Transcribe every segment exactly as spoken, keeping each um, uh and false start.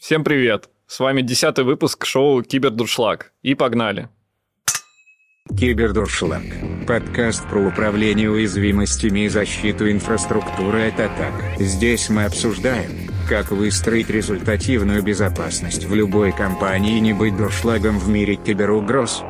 Всем привет! С вами десятый выпуск шоу «Кибердуршлаг». И погнали! Кибердуршлаг. Подкаст про управление уязвимостями и защиту инфраструктуры от атак. Здесь мы обсуждаем, как выстроить результативную безопасность в любой компании и не быть дуршлагом в мире киберугроз.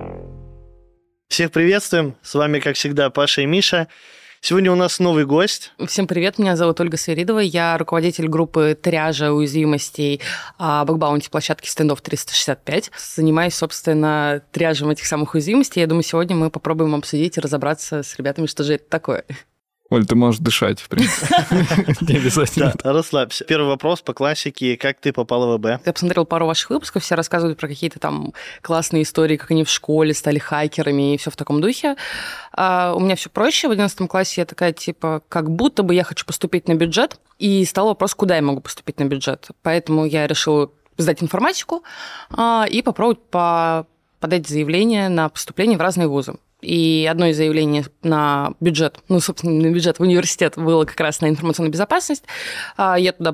Всех приветствуем, с вами, как всегда, Паша и Миша. Сегодня у нас новый гость. Всем привет, меня зовут Ольга Свиридова, я руководитель группы триажа уязвимостей бэкбаунти площадки Standoff триста шестьдесят пять. Занимаюсь, собственно, триажем этих самых уязвимостей. Я думаю, сегодня мы попробуем обсудить и разобраться с ребятами, что же это такое. Оль, ты можешь дышать, в принципе. Не обязательно. Да, расслабься. Первый вопрос по классике. Как ты попала в ВБ? Я посмотрела пару ваших выпусков, все рассказывают про какие-то там классные истории, как они в школе стали хакерами и все в таком духе. А у меня все проще. В одиннадцатом классе я такая, типа, как будто бы я хочу поступить на бюджет. И стал вопрос, куда я могу поступить на бюджет. Поэтому я решила сдать информатику а, и попробовать по... подать заявление на поступление в разные вузы. И одно из заявлений на бюджет, ну, собственно, на бюджет в университет было как раз на информационную безопасность. Я туда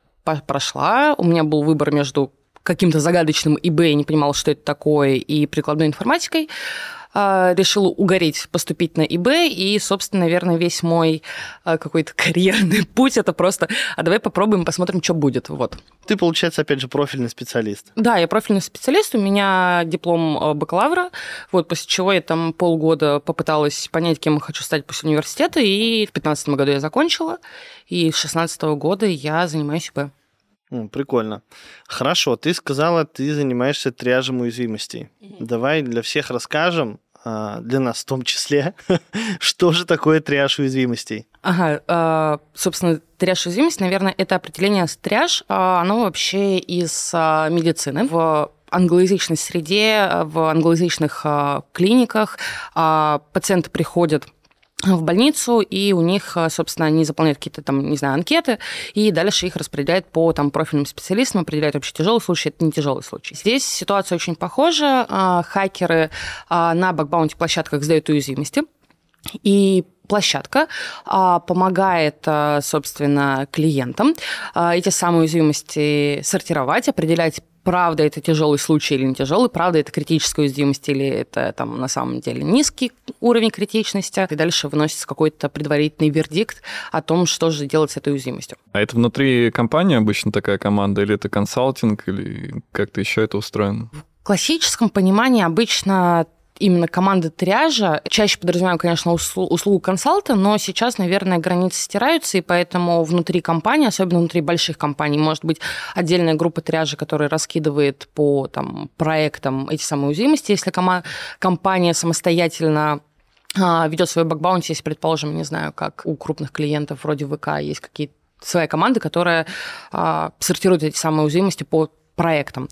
прошла, у меня был выбор между каким-то загадочным ИБ, я не понимала, что это такое, и прикладной информатикой. Решила угореть, поступить на ИБ, и, собственно, наверное, весь мой какой-то карьерный путь – это просто «а давай попробуем, посмотрим, что будет». Вот. Ты, получается, опять же, профильный специалист. Да, я профильный специалист, у меня диплом бакалавра, вот, после чего я там полгода попыталась понять, кем я хочу стать после университета, и в пятнадцатом году я закончила, и с шестнадцатого года я занимаюсь ИБ. Прикольно. Хорошо, ты сказала, ты занимаешься триажем уязвимостей. Mm-hmm. Давай для всех расскажем, для нас в том числе, что же такое триаж уязвимостей. Ага, собственно, триаж уязвимости, наверное, это определение триаж, оно вообще из медицины. В англоязычной среде, в англоязычных клиниках пациенты приходят в больницу, и у них, собственно, они заполняют какие-то там, не знаю, анкеты, и дальше их распределяют по там профильным специалистам, определяют вообще тяжелый случай, это не тяжелый случай. Здесь ситуация очень похожа. Хакеры на бэкбаунти площадках сдают уязвимости, и площадка помогает, собственно, клиентам эти самые уязвимости сортировать, определять, правда это тяжелый случай или не тяжелый, правда это критическая уязвимость или это там на самом деле низкий уровень критичности. И дальше выносится какой-то предварительный вердикт о том, что же делать с этой уязвимостью. А это внутри компании обычно такая команда, или это консалтинг, или как-то еще это устроено? В классическом понимании обычно именно команда триажа, чаще подразумеваем, конечно, услугу консалта, но сейчас, наверное, границы стираются, и поэтому внутри компании, особенно внутри больших компаний, может быть отдельная группа триажа, которая раскидывает по там, проектам эти самые уязвимости. Если кома- компания самостоятельно ведет свой бэкбаунти, если, предположим, не знаю, как у крупных клиентов вроде ВК есть какие-то своя команда, которая а, сортирует эти самые уязвимости по проектам.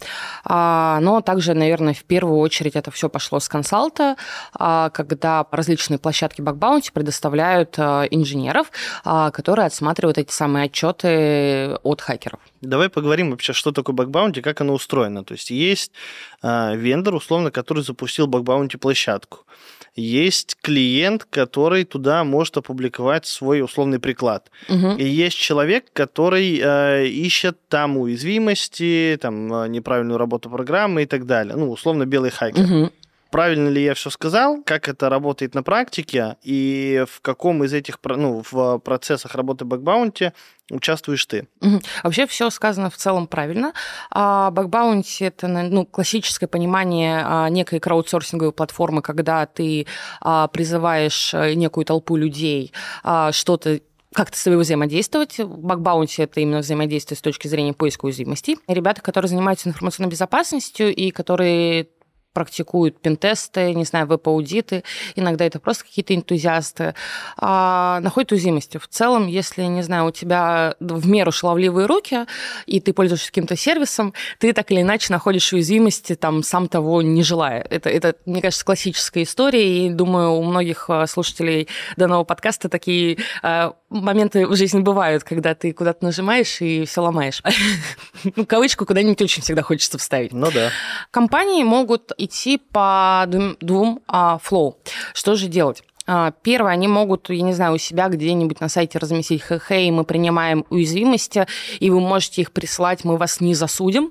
Но также, наверное, в первую очередь это все пошло с консалта, когда различные площадки бэкбаунти предоставляют инженеров, которые отсматривают эти самые отчеты от хакеров. Давай поговорим вообще, что такое бэкбаунти, как оно устроено. То есть есть вендор, условно, который запустил бэкбаунти площадку. Есть клиент, который туда может опубликовать свой условный приклад. Угу. И есть человек, который э, ищет там уязвимости, там, неправильную работу программы и так далее. Ну, условно, белый хакер. Угу. Правильно ли я все сказал? Как это работает на практике? И в каком из этих ну, в процессах работы бэкбаунти участвуешь ты? Угу. Вообще все сказано в целом правильно. Бэкбаунти – это ну, классическое понимание некой краудсорсинговой платформы, когда ты призываешь некую толпу людей что-то как-то с собой взаимодействовать. Бэкбаунти – это именно взаимодействие с точки зрения поиска уязвимостей. Ребята, которые занимаются информационной безопасностью и которые практикуют пентесты, не знаю, веб-аудиты, иногда это просто какие-то энтузиасты, а, находят уязвимости. В целом, если, не знаю, у тебя в меру шаловливые руки, и ты пользуешься каким-то сервисом, ты так или иначе находишь уязвимости, там, сам того не желая. Это, это, мне кажется, классическая история, и, думаю, у многих слушателей данного подкаста такие а, моменты в жизни бывают, когда ты куда-то нажимаешь и все ломаешь. Ну, кавычку куда-нибудь очень всегда хочется вставить. Ну да. Компании могут идти по двум, двум а, флоу. Что же делать? Первое, они могут, я не знаю, у себя где-нибудь на сайте разместить: хе-хей, мы принимаем уязвимости, и вы можете их присылать, мы вас не засудим.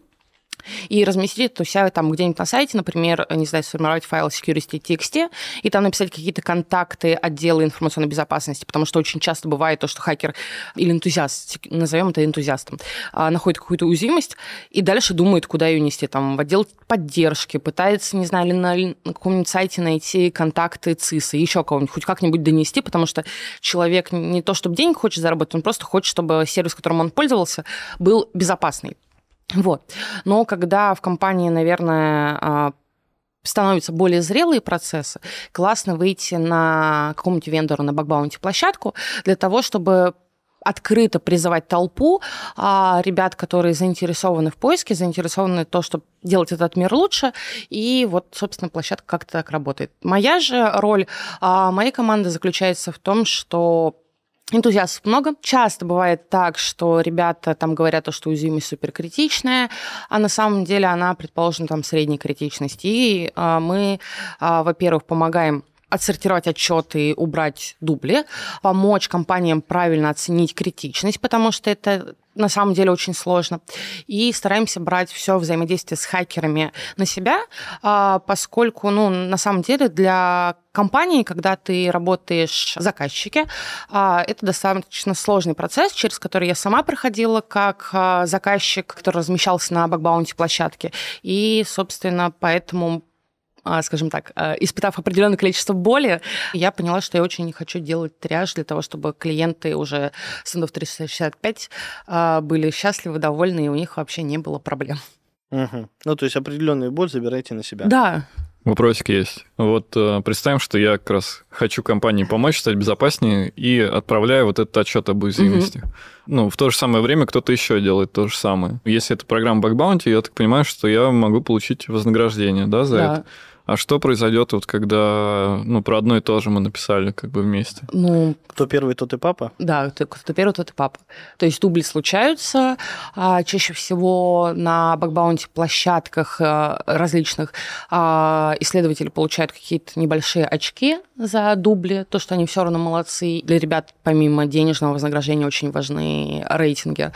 И разместить это у себя там где-нибудь на сайте, например, не знаю, сформировать файл security.txt, и там написать какие-то контакты отдела информационной безопасности, потому что очень часто бывает то, что хакер или энтузиаст, назовем это энтузиастом, находит какую-то уязвимость и дальше думает, куда ее нести, там, в отдел поддержки, пытается, не знаю, на, на каком-нибудь сайте найти контакты циса, еще кого-нибудь, хоть как-нибудь донести, потому что человек не то, чтобы денег хочет заработать, он просто хочет, чтобы сервис, которым он пользовался, был безопасный. Вот. Но когда в компании, наверное, становятся более зрелые процессы, классно выйти на какому-нибудь вендору, на баг-баунти площадку для того, чтобы открыто призывать толпу ребят, которые заинтересованы в поиске, заинтересованы в том, чтобы делать этот мир лучше, и вот, собственно, площадка как-то так работает. Моя же роль, моей команды заключается в том, что энтузиастов много. Часто бывает так, что ребята там говорят, что уязвимость суперкритичная, а на самом деле она, предположим, там средней критичности. И а, мы, а, во-первых, помогаем отсортировать отчеты и убрать дубли, помочь компаниям правильно оценить критичность, потому что это на самом деле очень сложно. И стараемся брать все взаимодействие с хакерами на себя, поскольку, ну, на самом деле для компании, когда ты работаешь в заказчике, это достаточно сложный процесс, через который я сама проходила как заказчик, который размещался на баг-баунти площадке. И, собственно, поэтому, скажем так, испытав определенное количество боли, я поняла, что я очень не хочу делать триаж для того, чтобы клиенты уже с Windows триста шестьдесят пять были счастливы, довольны, и у них вообще не было проблем. Угу. Ну, то есть определенную боль забирайте на себя. Да. Вопросик есть. Вот представим, что я как раз хочу компании помочь стать безопаснее и отправляю вот этот отчет об уязвимости. Mm-hmm. Ну, в то же самое время кто-то еще делает то же самое. Если это программа Bug Bounty, я так понимаю, что я могу получить вознаграждение, да, за да. это. А что произойдет, вот когда, ну, про одно и то же мы написали как бы вместе? Ну, кто первый, тот и папа? Да, кто первый, тот и папа. То есть дубли случаются, чаще всего на баг-баунти площадках различных исследователи получают какие-то небольшие очки за дубли, то, что они все равно молодцы. Для ребят помимо денежного вознаграждения очень важны рейтинги,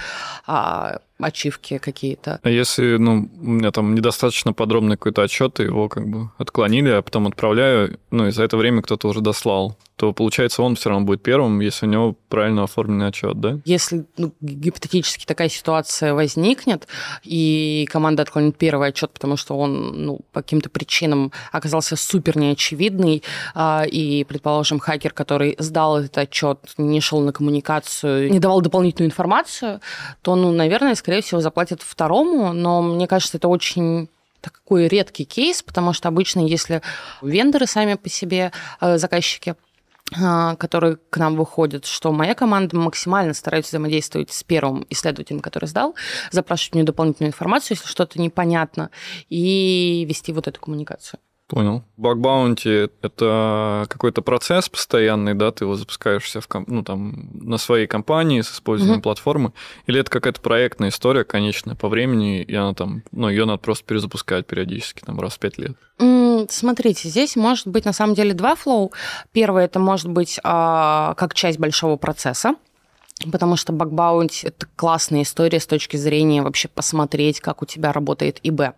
ачивки какие-то. А если, ну, у меня там недостаточно подробный какой-то отчет, и его как бы отклонили, а потом отправляю, ну, и за это время кто-то уже дослал, то, получается, он все равно будет первым, если у него правильно оформленный отчет, да? Если, ну, гипотетически такая ситуация возникнет, и команда отклонит первый отчет, потому что он, ну, по каким-то причинам оказался супер неочевидный, и, предположим, хакер, который сдал этот отчет, не шел на коммуникацию, не давал дополнительную информацию, то, ну, наверное, скорее всего, заплатят второму, но мне кажется, это очень такой редкий кейс, потому что обычно, если вендоры сами по себе, заказчики, которые к нам выходят, что моя команда максимально старается взаимодействовать с первым исследователем, который сдал, запрашивать у него дополнительную информацию, если что-то непонятно, и вести вот эту коммуникацию. Понял. Баг-баунти – это какой-то процесс постоянный, да, ты его запускаешь в ком- ну, там, на своей компании с использованием mm-hmm. платформы, или это какая-то проектная история, конечная по времени, и она там, ну, ее надо просто перезапускать периодически, там, раз в пять лет? Mm, смотрите, здесь может быть на самом деле два флоу. Первое – это может быть а, как часть большого процесса, потому что баг-баунти – это классная история с точки зрения вообще посмотреть, как у тебя работает ИБ.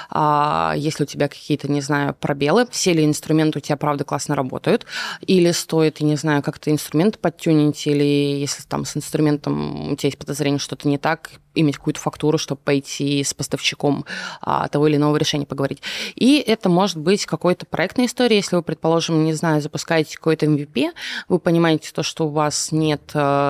А если у тебя какие-то, не знаю, пробелы, все ли инструменты у тебя, правда, классно работают, или стоит, я не знаю, как-то инструмент подтюнить, или если там с инструментом у тебя есть подозрение, что-то не так, иметь какую-то фактуру, чтобы пойти с поставщиком а, того или иного решения поговорить. И это может быть какой-то проектная история, если вы, предположим, не знаю, запускаете какой-то эм ви пи, вы понимаете то, что у вас нет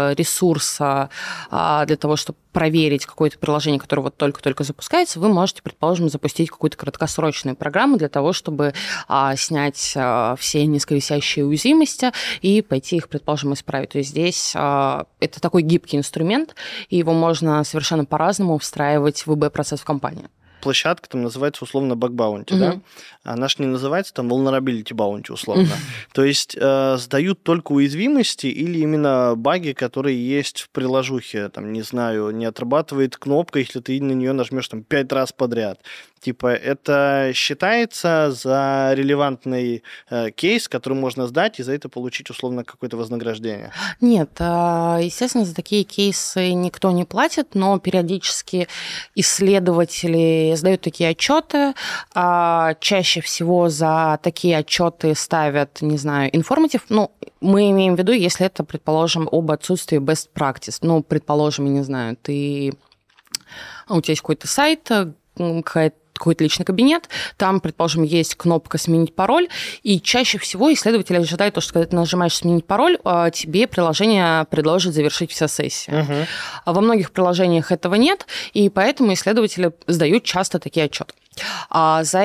ресурса а, для того, чтобы проверить какое-то приложение, которое вот только-только запускается, вы можете, предположим, запустить какую-то краткосрочную программу для того, чтобы а, снять а, все низковисящие уязвимости и пойти их, предположим, исправить. То есть здесь а, это такой гибкий инструмент, и его можно совершенно по-разному встраивать в ИБ-процесс в компании. площадка там называется условно Bug Bounty, угу. да? Она ж не называется там Vulnerability Bounty условно. Угу. То есть э, сдают только уязвимости или именно баги, которые есть в приложухе, там, не знаю, не отрабатывает кнопка, если ты на нее нажмешь там пять раз подряд. Типа, это считается за релевантный э, кейс, который можно сдать, и за это получить условно какое-то вознаграждение? Нет, естественно, за такие кейсы никто не платит, но периодически исследователи сдают такие отчеты. Чаще всего за такие отчеты ставят, не знаю, информатив. Ну, мы имеем в виду, если это, предположим, об отсутствии best practice. Ну, предположим, я не знаю, ты... у тебя есть какой-то сайт, какая-то какой-то личный кабинет, там, предположим, есть кнопка «Сменить пароль», и чаще всего исследователи ожидают то, что когда ты нажимаешь «Сменить пароль», тебе приложение предложит завершить все сессии. Uh-huh. Во многих приложениях этого нет, и поэтому исследователи сдают часто такие отчеты. А за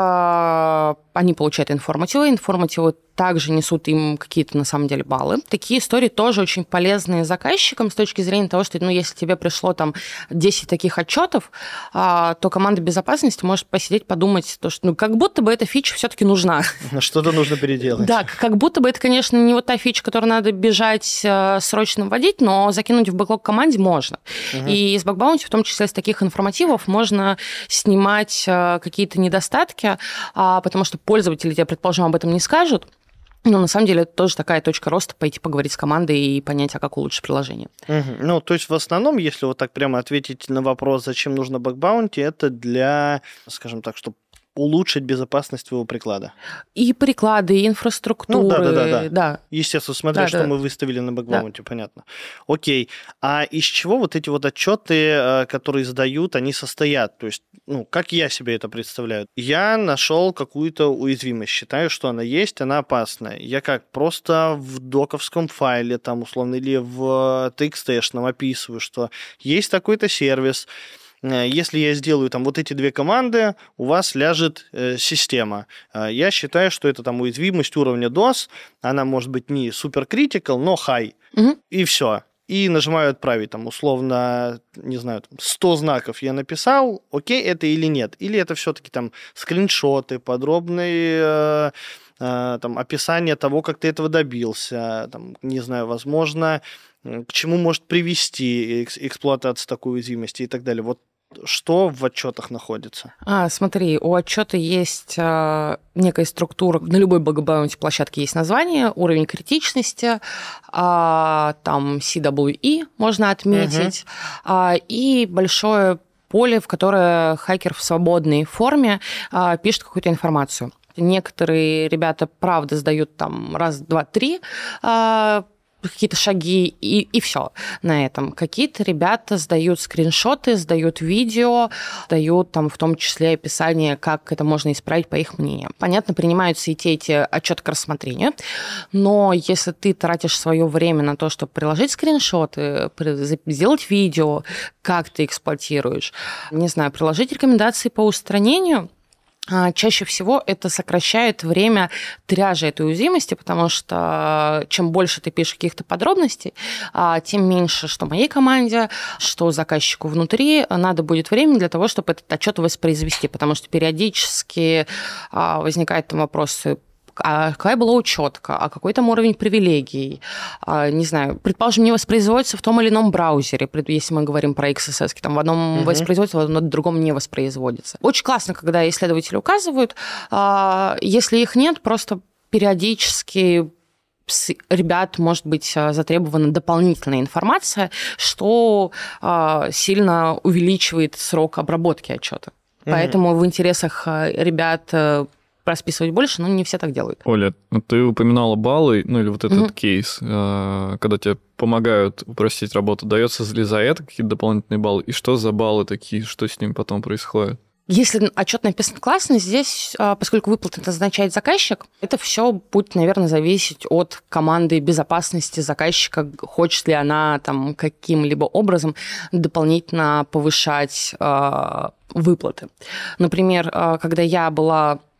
это они получают информативы, информативы также несут им какие-то, на самом деле, баллы. Такие истории тоже очень полезны заказчикам с точки зрения того, что, ну, если тебе пришло там десять таких отчетов, то команда безопасности может посидеть, подумать, то, что, ну, как будто бы эта фича все-таки нужна. Что-то нужно переделать. Да, как будто бы это, конечно, не вот та фича, которую надо бежать срочно вводить, но закинуть в бэклог команде можно. Угу. И из Bug Bounty, в том числе с таких информативов, можно снимать какие-то недостатки, потому что пользователи тебе, предположим, об этом не скажут. Но на самом деле это тоже такая точка роста, пойти поговорить с командой и понять, а как улучшить приложение. Угу. Ну, то есть в основном, если вот так прямо ответить на вопрос, зачем нужно Bug Bounty, это для, скажем так, чтобы улучшить безопасность твоего приклада. И приклады, и инфраструктуры. Ну, да, да, да, да. да. Естественно, смотря, да, что да. мы выставили на Bug Bounty, да. понятно. Окей. А из чего вот эти вот отчеты, которые сдают, они состоят? То есть, ну, как я себе это представляю? Я нашел какую-то уязвимость, считаю, что она есть, она опасная. Я как, просто в доковском файле, там, условно, или в ти экс ти-шном описываю, что есть такой-то сервис. Если я сделаю там вот эти две команды, у вас ляжет э, система. Я считаю, что это там уязвимость уровня DOS, она может быть не супер critical, но high. Угу. И все. И нажимаю отправить, там, условно, не знаю, сто знаков я написал, окей, это или нет. Или это все-таки там скриншоты, подробные э, э, там, описание того, как ты этого добился, там, не знаю, возможно, к чему может привести эксплуатация такой уязвимости и так далее. Вот что в отчетах находится? А, смотри, у отчета есть а, некая структура, на любой Bug Bounty площадке есть название, уровень критичности, а, там си дабл ю и можно отметить, угу. а, и большое поле, в которое хакер в свободной форме а, пишет какую-то информацию. Некоторые ребята, правда, сдают там раз, два, три, а, какие-то шаги, и, и все на этом. Какие-то ребята сдают скриншоты, сдают видео, дают там в том числе описание, как это можно исправить, по их мнению. Понятно, принимаются и те, и те отчеты к рассмотрению, но если ты тратишь свое время на то, чтобы приложить скриншоты, сделать видео, как ты эксплуатируешь, не знаю, приложить рекомендации по устранению, чаще всего это сокращает время тряжа этой уязвимости, потому что чем больше ты пишешь каких-то подробностей, тем меньше, что моей команде, что заказчику внутри, надо будет время для того, чтобы этот отчет воспроизвести, потому что периодически возникают там вопросы: а какая была учетка, а какой там уровень привилегий, а, не знаю, предположим, не воспроизводится в том или ином браузере, если мы говорим про икс эс эс, там в одном uh-huh. воспроизводится, в другом не воспроизводится. Очень классно, когда исследователи указывают, а, если их нет, просто периодически с ребят может быть затребована дополнительная информация, что а, сильно увеличивает срок обработки отчета. Uh-huh. Поэтому в интересах ребят расписывать больше, но не все так делают. Оля, ты упоминала баллы, ну или вот этот mm-hmm. кейс, когда тебе помогают упростить работу, дается ли за это какие-то дополнительные баллы? И что за баллы такие, что с ними потом происходит? Если отчет написан классно, здесь, поскольку выплаты назначает заказчик, это все будет, наверное, зависеть от команды безопасности заказчика, хочет ли она там каким-либо образом дополнительно повышать э, выплаты. Например, когда я была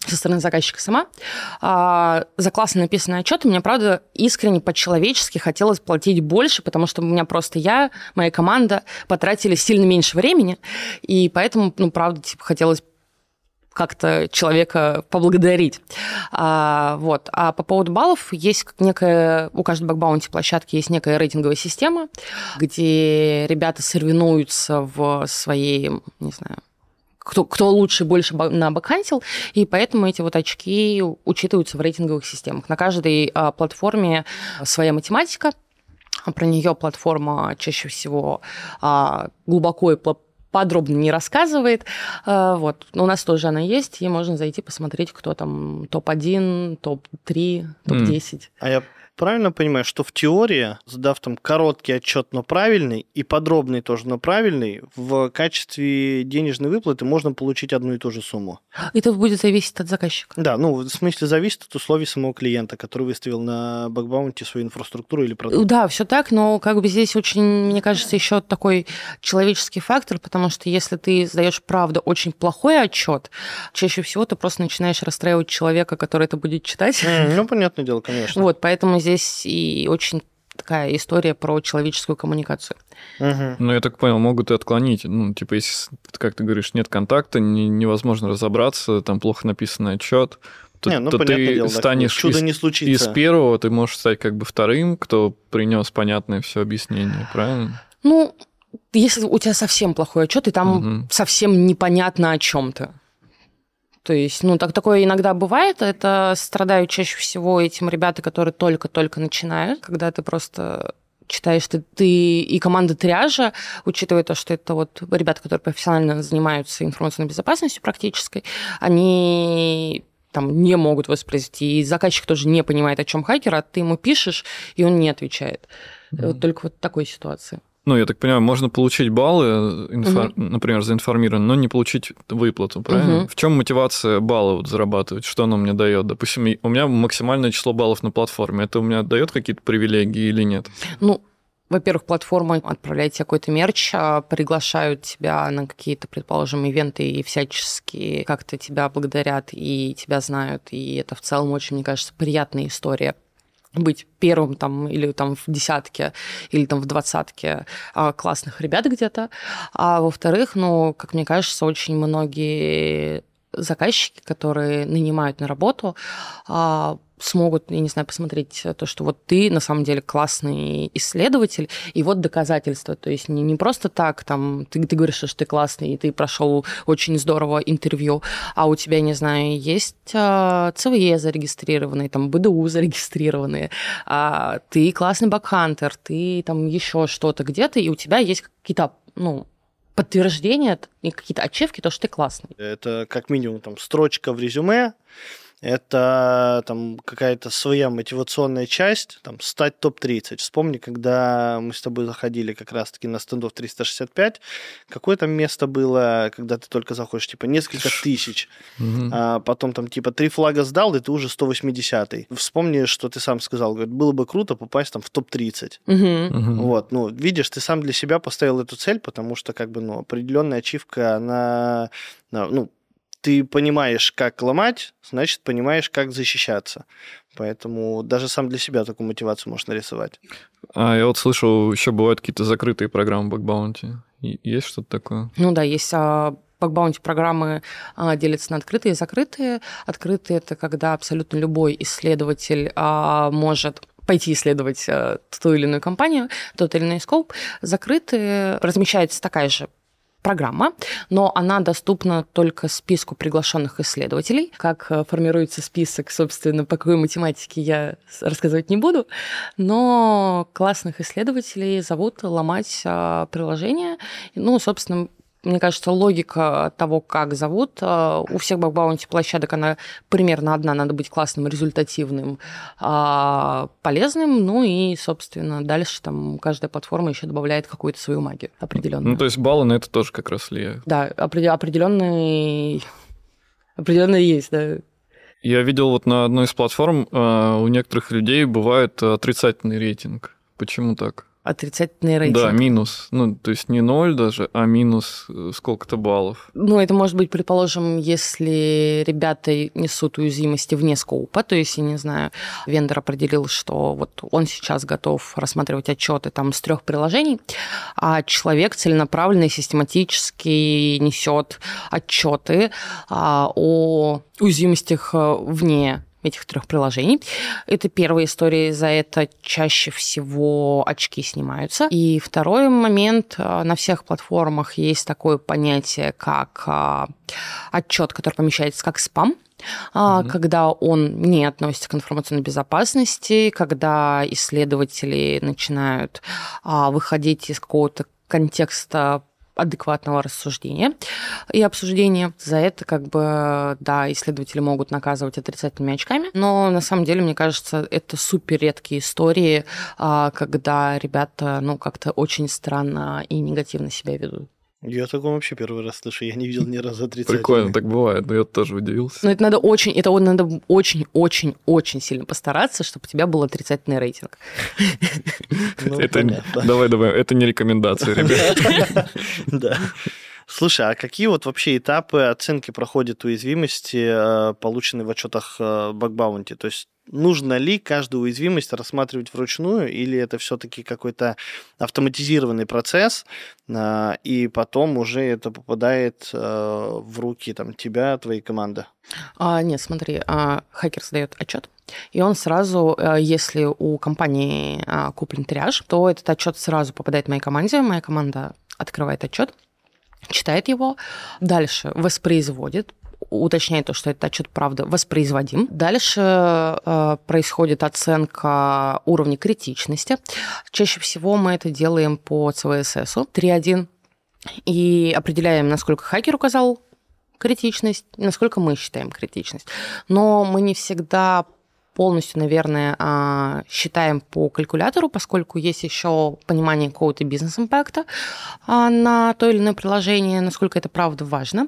со стороны заказчика сама. А, за классно написанный отчет мне, правда, искренне по-человечески хотелось платить больше, потому что у меня просто я, моя команда потратили сильно меньше времени, и поэтому, ну, правда, типа, хотелось как-то человека поблагодарить. А, вот. А по поводу баллов есть некая, у каждой бакбаунти площадки есть некая рейтинговая система, где ребята соревнуются в своей, не знаю, кто, кто лучше больше набэкхантил, и поэтому эти вот очки учитываются в рейтинговых системах. На каждой а, платформе своя математика, про нее платформа чаще всего а, глубоко и подробно не рассказывает. Вот. Но у нас тоже она есть, и можно зайти посмотреть, кто там топ один, топ три, топ десять. Mm. А я правильно понимаю, что в теории, задав там короткий отчет, но правильный, и подробный тоже, но правильный, в качестве денежной выплаты можно получить одну и ту же сумму? Это будет зависеть от заказчика. Да, ну, в смысле, зависит от условий самого клиента, который выставил на бакбаунти свою инфраструктуру или продукт. Да, все так, но как бы здесь очень, мне кажется, еще такой человеческий фактор, потому что если ты сдаешь, правда, очень плохой отчет, чаще всего ты просто начинаешь расстраивать человека, который это будет читать. Mm, ну, понятное дело, конечно. Вот, поэтому здесь и очень такая история про человеческую коммуникацию. Угу. Ну, я так понял, могут и отклонить. Ну, типа, если, как ты говоришь, нет контакта, не, невозможно разобраться, там плохо написанный отчет, то, не, ну, то ты дело, станешь чудо из, не случится. из первого, ты можешь стать как бы вторым, кто принес понятное все объяснение, правильно? Ну, если у тебя совсем плохой отчет, и там угу. совсем непонятно о чем-то. То есть, ну, так, такое иногда бывает. Это страдают чаще всего этим ребята, которые только-только начинают, когда ты просто читаешь, ты, ты и команда триажа, учитывая то, что это вот ребята, которые профессионально занимаются информационной безопасностью практической, они там не могут воспроизвести, и заказчик тоже не понимает, о чем хакер, а ты ему пишешь, и он не отвечает. Mm-hmm. Вот только вот в такой ситуации. Ну, я так понимаю, можно получить баллы, инфор... угу. например, за информированность, но не получить выплату, правильно? Угу. В чем мотивация балла вот зарабатывать? Что оно мне дает? Допустим, у меня максимальное число баллов на платформе. Это у меня дает какие-то привилегии или нет? Ну, во-первых, платформа отправляет тебе какой-то мерч, приглашают тебя на какие-то, предположим, ивенты и всячески как-то тебя благодарят и тебя знают. И это в целом очень, мне кажется, приятная история. Быть первым там, или там, в десятке, или там, в двадцатке классных ребят где-то. А во-вторых, ну, как мне кажется, очень многие заказчики, которые нанимают на работу, смогут, я не знаю, посмотреть то, что вот ты на самом деле классный исследователь, и вот доказательства. То есть не, не просто так, там, ты, ты говоришь, что ты классный, и ты прошел очень здорово интервью, а у тебя, не знаю, есть ЦВЕ зарегистрированные, там, БДУ зарегистрированные, а ты классный бакхантер, ты там еще что-то где-то, и у тебя есть какие-то, ну, подтверждения и какие-то ачивки, то, что ты классный. Это как минимум там строчка в резюме, это там какая-то своя мотивационная часть, там, стать топ тридцать. Вспомни, когда мы с тобой заходили как раз-таки на стендов триста шестьдесят пять, какое там место было, когда ты только заходишь, типа, несколько тысяч, угу. а потом там, типа, три флага сдал, и ты уже сто восьмидесятый. Вспомни, что ты сам сказал, говорит, было бы круто попасть там в топ тридцать. Угу. Угу. Вот, ну, видишь, ты сам для себя поставил эту цель, потому что, как бы, ну, определенная ачивка, она, ну, ты понимаешь, как ломать, значит, понимаешь, как защищаться. Поэтому даже сам для себя такую мотивацию можешь нарисовать. А я вот слышал, еще бывают какие-то закрытые программы бакбаунти. Есть что-то такое? Ну да, есть бакбаунти программы делятся на открытые и закрытые. Открытые – это когда абсолютно любой исследователь может пойти исследовать ту или иную компанию, тот или иной скоп. Закрытые размещается такая же программа, но она доступна только списку приглашенных исследователей. Как формируется список, собственно, по какой математике я рассказывать не буду, но классных исследователей зовут ломать приложение. Ну, собственно, мне кажется, логика того, как зовут, у всех бакбаунти площадок она примерно одна, надо быть классным, результативным, полезным, ну и, собственно, дальше там каждая платформа еще добавляет какую-то свою магию определенную. Ну, то есть баллы на это тоже как раз влияют. Да, определенный, определенный есть, да. Я видел вот на одной из платформ, у некоторых людей бывает отрицательный рейтинг. Почему так? отрицательный рейтинг. Да, минус. Ну, то есть не ноль даже, а минус сколько-то баллов. Ну, это может быть, предположим, если ребята несут уязвимости вне скоупа, то есть, я не знаю, вендор определил, что вот он сейчас готов рассматривать отчеты там с трех приложений, а человек целенаправленно и систематически несет отчеты о уязвимостях вне этих трех приложений. Это первая история, за это чаще всего очки снимаются. И второй момент, на всех платформах есть такое понятие, как отчет, который помещается как спам, mm-hmm. когда он не относится к информационной безопасности, когда исследователи начинают выходить из какого-то контекста адекватного рассуждения и обсуждения. За это, как бы, да, исследователи могут наказывать отрицательными очками, но на самом деле, мне кажется, это супер редкие истории, когда ребята, ну, как-то очень странно и негативно себя ведут. Я такого вообще первый раз слышу, я не видел ни разу отрицательного. Прикольно, так бывает, но я тоже удивился. Но это надо очень, это надо очень-очень-очень сильно постараться, чтобы у тебя был отрицательный рейтинг. Давай, давай, это не рекомендация, ребят. Да. Слушай, а какие вот вообще этапы оценки проходят уязвимости, полученные в отчетах Bug Bounty? То есть нужно ли каждую уязвимость рассматривать вручную, или это все-таки какой-то автоматизированный процесс, и потом уже это попадает в руки там, тебя, твоей команды? А, нет, смотри, хакер сдает отчет, и он сразу, если у компании куплен триаж, то этот отчет сразу попадает в моей команде, моя команда открывает отчет, читает его, дальше воспроизводит, уточняет то, что этот отчет, правда, воспроизводим. Дальше э, происходит оценка уровня критичности. Чаще всего мы это делаем по си ви эс эс три один и определяем, насколько хакер указал критичность, насколько мы считаем критичность. Но мы не всегда полностью, наверное, считаем по калькулятору, поскольку есть еще понимание какого-то бизнес-импакта на то или иное приложение, насколько это правда важно.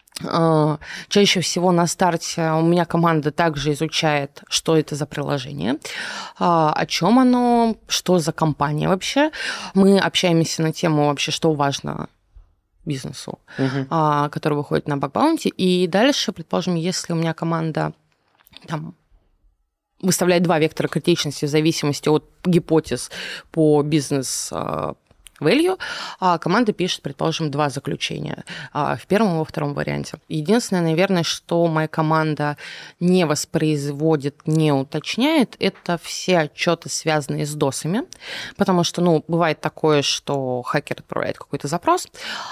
Чаще всего на старте у меня команда также изучает, что это за приложение, о чем оно, что за компания вообще. Мы общаемся на тему вообще, что важно бизнесу, uh-huh. который выходит на Bug Bounty. И дальше, предположим, если у меня команда там выставляет два вектора критичности в зависимости от гипотез по бизнес-value, а команда пишет, предположим, два заключения в первом и во втором варианте. Единственное, наверное, что моя команда не воспроизводит, не уточняет, это все отчеты, связанные с досами, потому что, ну, бывает такое, что хакер отправляет какой-то запрос,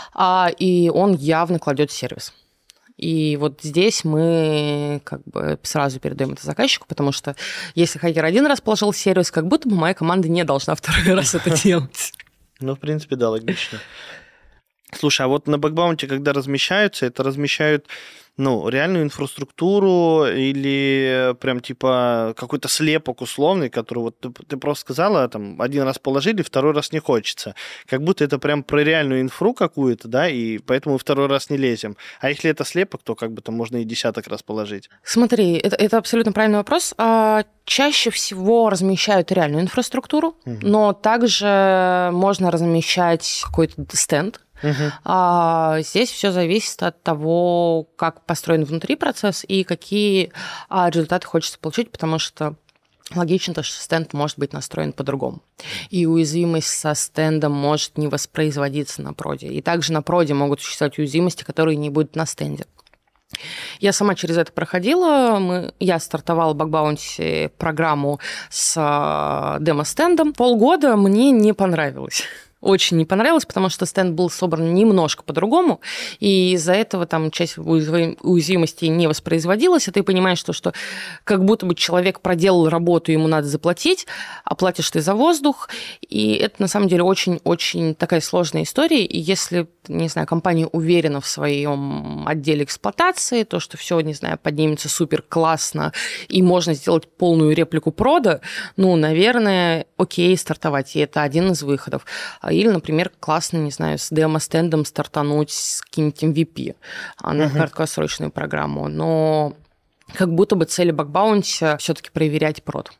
и он явно кладет сервис. И вот здесь мы как бы сразу передаем это заказчику, потому что если хакер один раз положил сервис, как будто бы моя команда не должна второй раз это делать. Ну, в принципе, да, логично. Слушай, а вот на Bug Bounty, когда размещаются, это размещают, ну, реальную инфраструктуру или прям типа какой-то слепок условный, который вот ты, ты просто сказала, там, один раз положили, второй раз не хочется. Как будто это прям про реальную инфру какую-то, да, и поэтому второй раз не лезем. А если это слепок, то как бы там можно и десяток раз положить. Смотри, это, это абсолютно правильный вопрос. Чаще всего размещают реальную инфраструктуру, угу. но также можно размещать какой-то стенд. Uh-huh. А, здесь все зависит от того, как построен внутри процесс и какие а, результаты хочется получить, потому что логично то, что стенд может быть настроен по-другому. И уязвимость со стендом может не воспроизводиться на проде. И также на проде могут существовать уязвимости, которые не будут на стенде. Я сама через это проходила. Мы, я стартовала Bug Bounty программу с демо-стендом. Полгода мне не понравилось. Очень не понравилось, потому что стенд был собран немножко по-другому, и из-за этого там часть уязвимостей не воспроизводилась, и ты понимаешь, что, что как будто бы человек проделал работу, ему надо заплатить, а платишь ты за воздух, и это на самом деле очень-очень такая сложная история, и если, не знаю, компания уверена в своем отделе эксплуатации, то, что все, не знаю, поднимется супер классно, и можно сделать полную реплику прода, ну, наверное, окей, стартовать, и это один из выходов. Или, например, классно, не знаю, с демо-стендом стартануть с каким-нибудь эм ви пи на uh-huh. краткосрочную программу. Но как будто бы цель Bug Bounty все-таки проверять прод.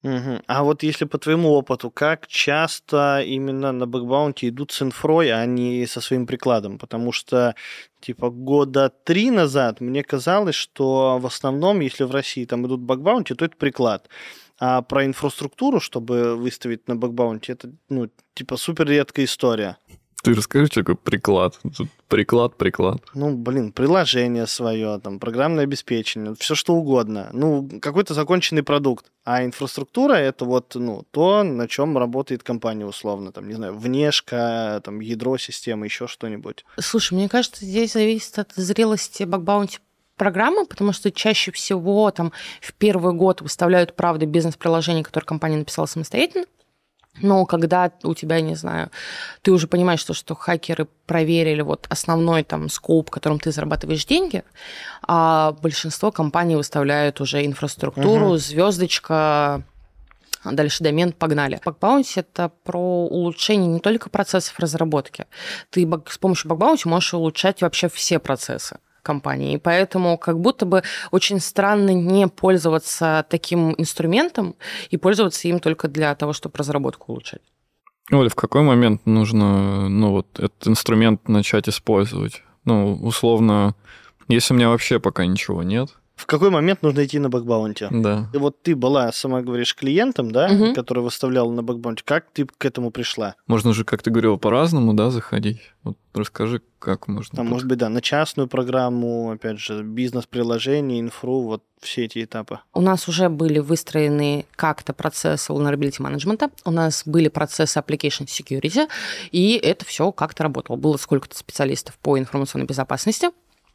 Угу. А вот если по твоему опыту, как часто именно на бэкбаунти идут с инфрой, а не со своим прикладом? Потому что типа года три назад мне казалось, что в основном, если в России там идут бэкбаунти, то это приклад. А про инфраструктуру, чтобы выставить на бэкбаунти, это ну, типа супер редкая история. Ты расскажи, что такое приклад. Тут приклад, приклад. Ну, блин, приложение свое, там, программное обеспечение, все что угодно. Ну, какой-то законченный продукт. А инфраструктура — это вот, ну, то, на чем работает компания условно. Там, не знаю, внешка, там, ядро системы, еще что-нибудь. Слушай, мне кажется, здесь зависит от зрелости бэкбаунти программы, потому что чаще всего там в первый год выставляют, правда, бизнес-приложение, которое компания написала самостоятельно. Но когда у тебя, не знаю, ты уже понимаешь, что, что хакеры проверили вот основной там скоуп, которым ты зарабатываешь деньги, а большинство компаний выставляют уже инфраструктуру, угу. звездочка, дальше домен, погнали. Бэкбаунти — это про улучшение не только процессов разработки. Ты с помощью бэкбаунти можешь улучшать вообще все процессы компании. И поэтому как будто бы очень странно не пользоваться таким инструментом и пользоваться им только для того, чтобы разработку улучшать. Оля, в какой момент нужно ну, вот, этот инструмент начать использовать? Ну, условно, если у меня вообще пока ничего нет. В какой момент нужно идти на бэкбаунти? Да. И вот ты была, сама говоришь, клиентом, да, угу. который выставлял на бэкбаунти. Как ты к этому пришла? Можно же, как ты говорила, по-разному, да, заходить. Вот расскажи, как можно. Там, может быть, да, на частную программу, опять же, бизнес-приложение, инфру, вот все эти этапы. У нас уже были выстроены как-то процессы vulnerability management, у нас были процессы application security, и это все как-то работало. Было сколько-то специалистов по информационной безопасности.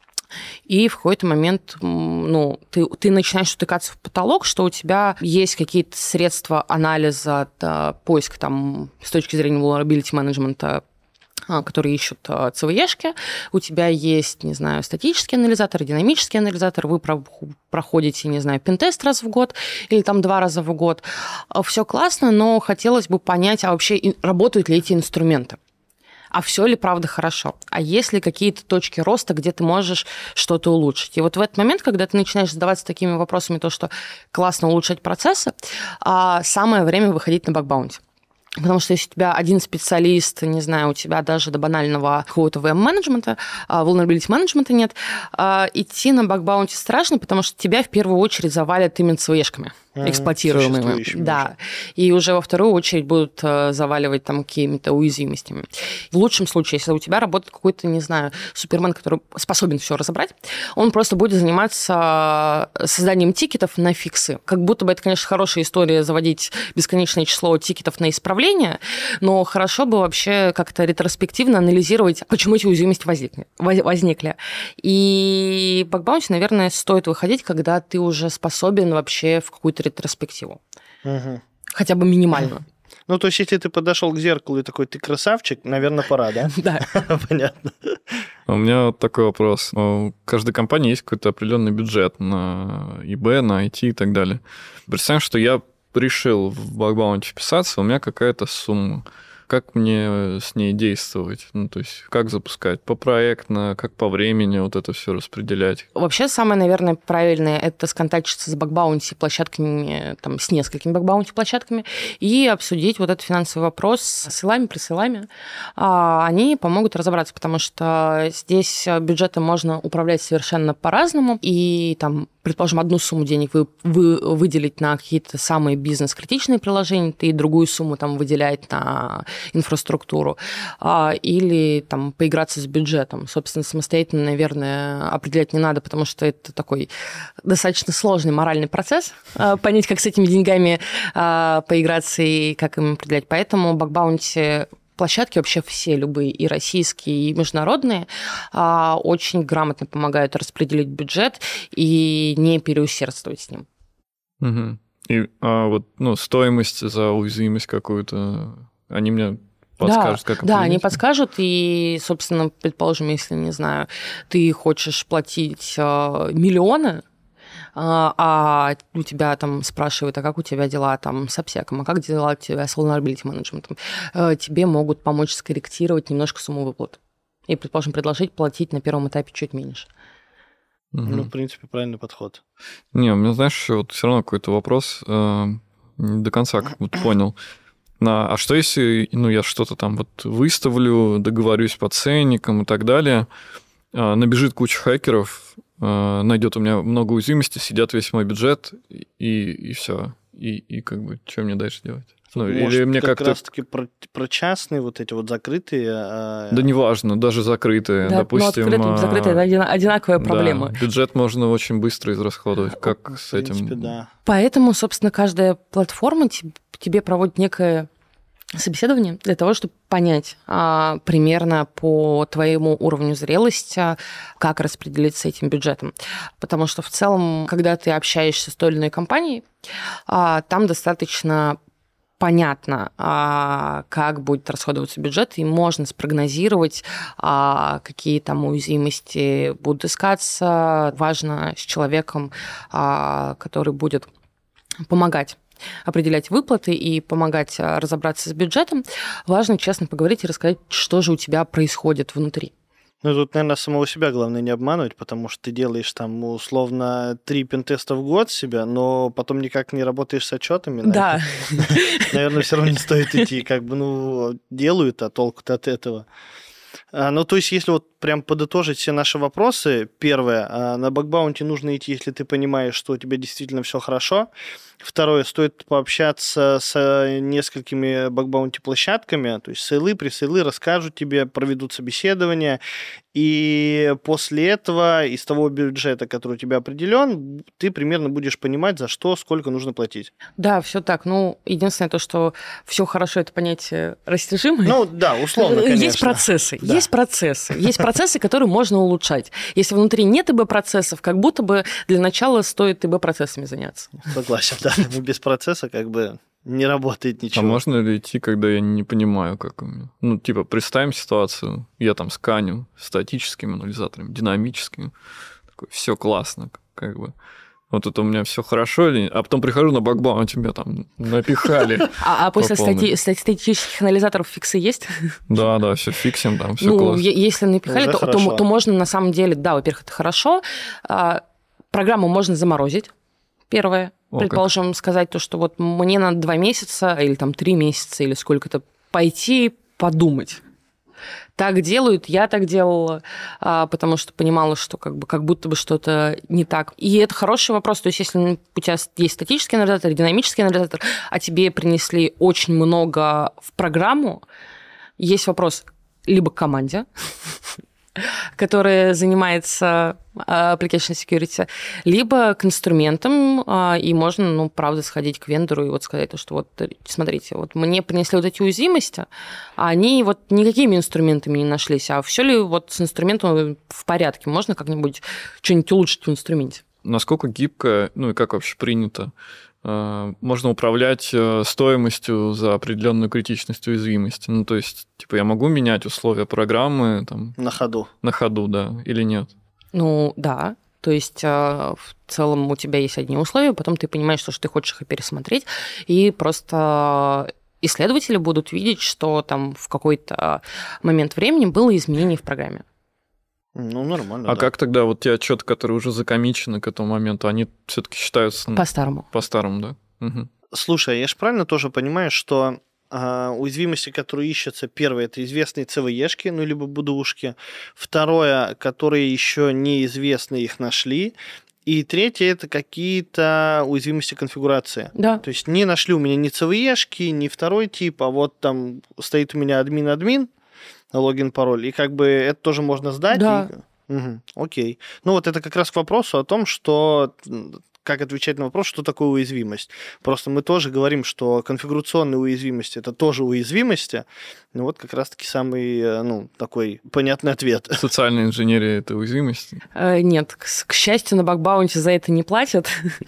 И в какой-то момент ну, ты, ты начинаешь утыкаться в потолок, что у тебя есть какие-то средства анализа, да, поиска там, с точки зрения vulnerability management, которые ищут ЦВЕшки, у тебя есть, не знаю, статический анализатор, динамический анализатор, вы проходите, не знаю, пентест раз в год или там два раза в год. Все классно, но хотелось бы понять, а вообще работают ли эти инструменты. А все ли правда хорошо? А есть ли какие-то точки роста, где ты можешь что-то улучшить? И вот в этот момент, когда ты начинаешь задаваться такими вопросами, то, что классно улучшать процессы, самое время выходить на бэкбаунти. Потому что если у тебя один специалист, не знаю, у тебя даже до банального какого-то ви эм-менеджмента, vulnerability менеджмента нет, идти на бэкбаунти страшно, потому что тебя в первую очередь завалят именно ЦВЕшками эксплуатируемыми. Да. И уже во вторую очередь будут заваливать там какими-то уязвимостями. В лучшем случае, если у тебя работает какой-то, не знаю, супермен, который способен все разобрать, он просто будет заниматься созданием тикетов на фиксы. Как будто бы это, конечно, хорошая история заводить бесконечное число тикетов на исправление, но хорошо бы вообще как-то ретроспективно анализировать, почему эти уязвимости возникли. возникли. И бэкбаунти, наверное, стоит выходить, когда ты уже способен вообще в какую-то ретроспективу. Угу. Хотя бы минимально. Ну, то есть, если ты подошел к зеркалу и такой, ты красавчик, наверное, пора, да? Да. Понятно. У меня вот такой вопрос. У каждой компании есть какой-то определенный бюджет на и би, на ай ти и так далее. Представим, что я решил в бэкбаунти вписаться, у меня какая-то сумма. Как мне с ней действовать? Ну, то есть, как запускать? Попроектно, как по времени вот это все распределять? Вообще, самое, наверное, правильное – это сконтактиться с бэкбаунти площадками, там, с несколькими бэкбаунти площадками и обсудить вот этот финансовый вопрос с ссылами, присылами. Они помогут разобраться, потому что здесь бюджетом можно управлять совершенно по-разному. И там, предположим, одну сумму денег вы, вы выделить на какие-то самые бизнес-критичные приложения, ты другую сумму там выделять на инфраструктуру, или там поиграться с бюджетом. Собственно, самостоятельно, наверное, определять не надо, потому что это такой достаточно сложный моральный процесс, понять, как с этими деньгами поиграться и как им определять. Поэтому бэкбаунти площадки вообще все, любые, и российские, и международные, очень грамотно помогают распределить бюджет и не переусердствовать с ним. Угу. И а вот ну, стоимость за уязвимость какую-то, они мне подскажут, да, как Да, они подскажут, и, собственно, предположим, если, не знаю, ты хочешь платить миллионы, а у тебя там спрашивают, а как у тебя дела там с обсеком, а как дела у тебя с vulnerability менеджментом, тебе могут помочь скорректировать немножко сумму выплат. И, предположим, предложить платить на первом этапе чуть меньше. Угу. Ну, в принципе, правильный подход. Не, у меня, знаешь, вот все равно какой-то вопрос. не до конца как будто понял. А что если, ну, я что-то там вот выставлю, договорюсь по ценникам и так далее, набежит куча хакеров, найдет у меня много уязвимостей, сидят весь мой бюджет, и, и все. И, и как бы, что мне дальше делать? Ну, Может, или мне как как-то... раз-таки про, про частные вот эти вот закрытые... А... Да неважно, даже закрытые, да, допустим... Ну, открытые, закрытые – это одинаковая проблема. Да, бюджет можно очень быстро израсходовать, как в с принципе, этим... Да. Поэтому, собственно, каждая платформа тебе проводит некое собеседование для того, чтобы понять а, примерно по твоему уровню зрелости, как распределиться этим бюджетом. Потому что в целом, когда ты общаешься с той или иной компанией, а, там достаточно понятно, а, как будет расходоваться бюджет, и можно спрогнозировать, а, какие там уязвимости будут искаться. Важно с человеком, а, который будет помогать определять выплаты и помогать разобраться с бюджетом, важно честно поговорить и рассказать, что же у тебя происходит внутри. Ну, тут, наверное, самого себя главное не обманывать, потому что ты делаешь там условно три пентеста в год себя, но потом никак не работаешь с отчетами. Да. Наверное, все равно не стоит идти. Как бы, ну, делают, а толку-то от этого. Ну, то есть, если вот прям подытожить все наши вопросы, первое, на бакбаунти нужно идти, если ты понимаешь, что у тебя действительно все хорошо. Второе, стоит пообщаться с несколькими бакбаунти-площадками, то есть сейлы, пресейлы расскажут тебе, проведут собеседование, и после этого из того бюджета, который у тебя определен, ты примерно будешь понимать, за что, сколько нужно платить. Да, все так. Ну, единственное то, что все хорошо, это понятие растяжимое. Ну, да, условно, конечно. Есть процессы, да. есть процессы, есть процессы, которые можно улучшать. Если внутри нет ИБ-процессов, как будто бы для начала стоит ИБ-процессами заняться. Согласен, да. Без процесса как бы не работает ничего. А можно ли идти, когда я не понимаю, как у меня? Ну, типа, представим ситуацию, я там сканю статическими анализаторами, динамическими, все классно, как бы. Вот это у меня все хорошо, а потом прихожу на бакбаунти, тебя там напихали. А, а после стати- статических анализаторов фиксы есть? Да, да, все фиксим, там все ну, классно. Если напихали, то, то, то можно на самом деле, да, во-первых, это хорошо. А, программу можно заморозить, первое. О, предположим, как? Сказать то, что вот мне надо два месяца или там три месяца или сколько-то пойти подумать. Так делают, я так делала, потому что понимала, что как, бы, как будто бы что-то не так. И это хороший вопрос. То есть если у тебя есть статический анализатор, динамический анализатор, а тебе принесли очень много в программу, есть вопрос либо к команде, которая занимается application security, либо к инструментам, и можно, ну, правда, сходить к вендору и вот сказать, что вот, смотрите, вот мне принесли вот эти уязвимости, а они вот никакими инструментами не нашлись, а все ли вот с инструментом в порядке? Можно как-нибудь что-нибудь улучшить в инструменте? Насколько гибко, ну и как вообще принято, можно управлять стоимостью за определенную критичность уязвимости? Ну, то есть, типа, я могу менять условия программы там, на ходу? На ходу, да, или нет? Ну, да. То есть, в целом у тебя есть одни условия, потом ты понимаешь, что ты хочешь их пересмотреть, и просто исследователи будут видеть, что там в какой-то момент времени было изменение в программе. Ну, нормально. А да. как тогда вот те отчеты, которые уже закомичены к этому моменту, они все-таки считаются... По-старому. По-старому, да. Угу. Слушай, я же правильно тоже понимаю, что а, уязвимости, которые ищутся, первое, это известные си ви и-шки, ну, либо БУДУшки. Второе, которые еще неизвестны, их нашли. И третье, это какие-то уязвимости конфигурации. Да. То есть не нашли у меня ни си ви и-шки, ни второй тип, а вот там стоит у меня админ-админ, логин, пароль, и как бы это тоже можно сдать. Да. И... Угу, окей. Ну вот это как раз к вопросу о том, что как отвечать на вопрос, что такое уязвимость. Просто мы тоже говорим, что конфигурационные уязвимости – это тоже уязвимости. Ну вот как раз-таки самый, ну, такой понятный ответ. Социальная инженерия – это уязвимость? Э, нет, к, к счастью, на бакбаунти за это не платят.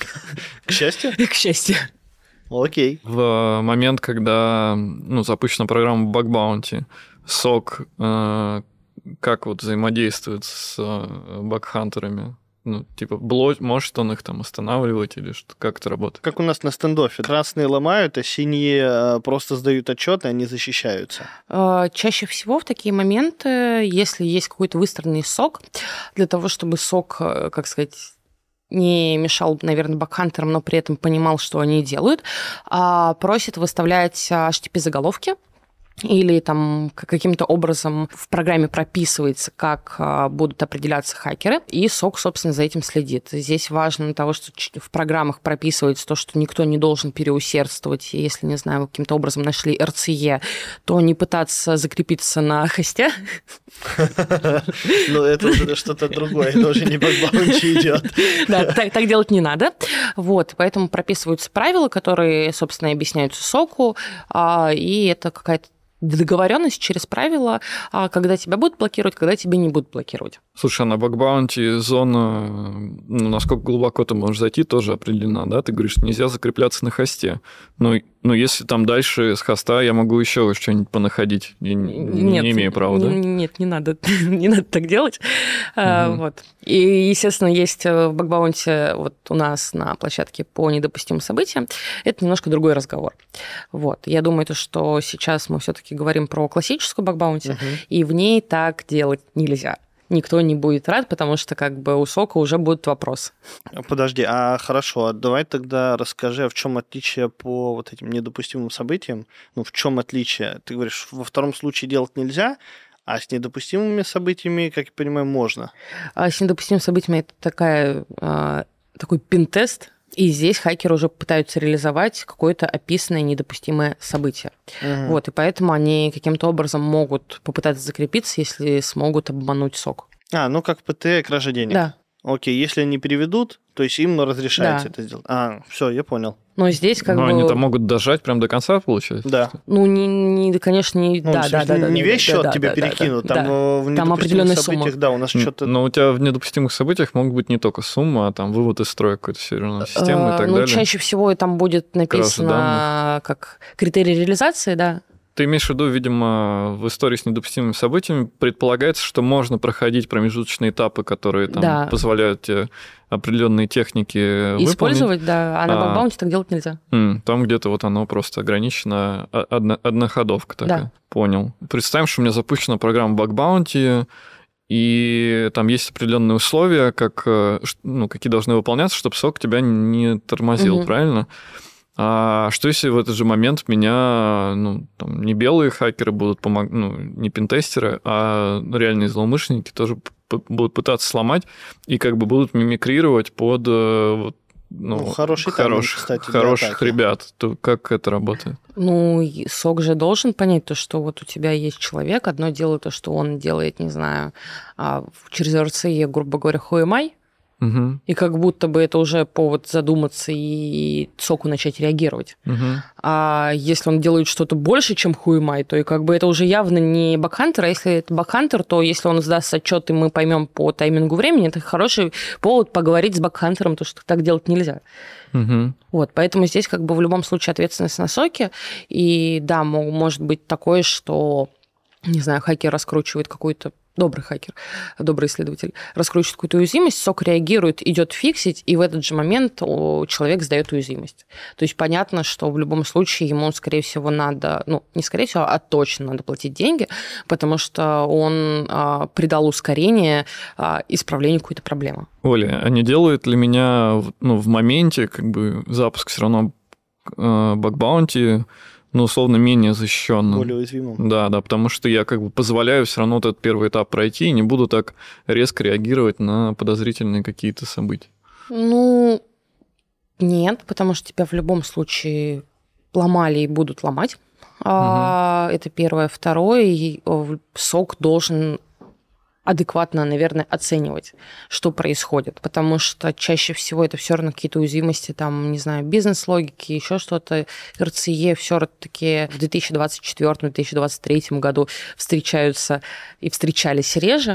К счастью? К счастью. Окей. В момент, когда ну, запущена программа бакбаунти, сок э, как вот взаимодействует с э, бакхантерами? Ну, типа, бло... может он их там останавливать или что? Как это работает? Как у нас на стендоффе. Красные ломают, а синие просто сдают отчет, и они защищаются. Чаще всего в такие моменты, если есть какой-то выстроенный сок, для того, чтобы сок, как сказать, не мешал, наверное, бэкхантерам, но при этом понимал, что они делают, просит выставлять эйч ти ти пи-заголовки, или там каким-то образом в программе прописывается, как будут определяться хакеры, и сок, собственно, за этим следит. Здесь важно того, что в программах прописывается то, что никто не должен переусердствовать, и если, не знаю, каким-то образом нашли эр си и, то не пытаться закрепиться на хосте. Ну, это уже что-то другое, это уже не баг-баунти идет. Да, так делать не надо. Вот, поэтому прописываются правила, которые, собственно, объясняются соку, и это какая-то договоренность через правила, когда тебя будут блокировать, когда тебя не будут блокировать. Слушай, а на баг-баунти зона, ну, насколько глубоко ты можешь зайти, тоже определена, да? Ты говоришь, нельзя закрепляться на хосте. Но, но если там дальше с хоста я могу еще что-нибудь понаходить, я нет, не имею права, да? Нет, не надо, не надо так делать. Угу. Вот. И, естественно, есть в баг-баунти вот у нас на площадке по недопустимым событиям. Это немножко другой разговор. Вот. Я думаю, то, что сейчас мы все-таки говорим про классическую баг-баунти, угу. и в ней так делать нельзя. Никто не будет рад, потому что как бы у сока уже будут вопросы. Подожди, а хорошо, а давай тогда расскажи, в чем отличие по вот этим недопустимым событиям? Ну, в чем отличие? Ты говоришь, во втором случае делать нельзя, а с недопустимыми событиями, как я понимаю, можно? А с недопустимыми событиями это такая, такой пин-тест, и здесь хакеры уже пытаются реализовать какое-то описанное недопустимое событие. Угу. Вот, и поэтому они каким-то образом могут попытаться закрепиться, если смогут обмануть сок. А, ну как ПТ, кража денег. Да. Окей, если они переведут, то есть им разрешается да. это сделать. А, все, я понял. Но здесь как Но бы... они там могут дожать прям до конца, получается? Да. Ну, не, не, конечно, не... Ну, да, да, да, да, не да, весь да, счет да, тебе да, перекинут, да, там да. в недопустимых определенная событиях, сумма. да, у нас что-то... Но у тебя в недопустимых событиях могут быть не только сумма, а там вывод из строя какой-то серверной системы и так ну, далее. Чаще всего там будет написано как критерий реализации, да. Ты имеешь в виду, видимо, в истории с недопустимыми событиями предполагается, что можно проходить промежуточные этапы, которые там да. позволяют тебе определенные техники использовать, выполнить. да, а на баг-баунти так делать нельзя. Там где-то вот оно просто ограничено, одно, одноходовка такая. Да. Понял. Представим, что у меня запущена программа баг-баунти, и там есть определенные условия, как, ну, какие должны выполняться, чтобы сок тебя не тормозил, угу. правильно? А что если в этот же момент меня, ну, там, не белые хакеры будут помогать, ну, не пентестеры, а реальные злоумышленники тоже будут пытаться сломать и как бы будут мимикрировать под ну, ну, хороший хороших, тайминг, кстати, хороших ребят? То как это работает? Ну, сок же должен понять то, что вот у тебя есть человек, одно дело то, что он делает, не знаю, через эр си и, грубо говоря, who am I? Угу. И как будто бы это уже повод задуматься и соку начать реагировать. Угу. А если он делает что-то больше, чем хуемай, то и как бы это уже явно не бэкхантер, а если это бэкхантер, то если он сдаст отчет, и мы поймем по таймингу времени, это хороший повод поговорить с бэкхантером, то что так делать нельзя. Угу. Вот, поэтому здесь как бы в любом случае ответственность на соке. И да, может быть такое, что, не знаю, хакер раскручивает какую-то добрый хакер, добрый исследователь, раскручивает какую-то уязвимость, сок реагирует, идет фиксить, и в этот же момент человек сдает уязвимость. То есть понятно, что в любом случае ему, скорее всего, надо, ну, не скорее всего, а точно надо платить деньги, потому что он а, придал ускорение а, исправлению какой-то проблемы. Оля, а не делает ли меня, ну, в моменте, как бы, запуск все равно э, баг-баунти, ну, условно, менее защищенным. Более уязвимым. Да, да, потому что я как бы позволяю все равно вот этот первый этап пройти и не буду так резко реагировать на подозрительные какие-то события. Ну, нет, потому что тебя в любом случае ломали и будут ломать. Угу. Это первое. Второе, сок должен адекватно, наверное, оценивать, что происходит, потому что чаще всего это все равно какие-то уязвимости, там, не знаю, бизнес-логики, еще что-то, эр си и все-таки в две тысячи двадцать четвёртом - две тысячи двадцать третьем году встречаются и встречались реже,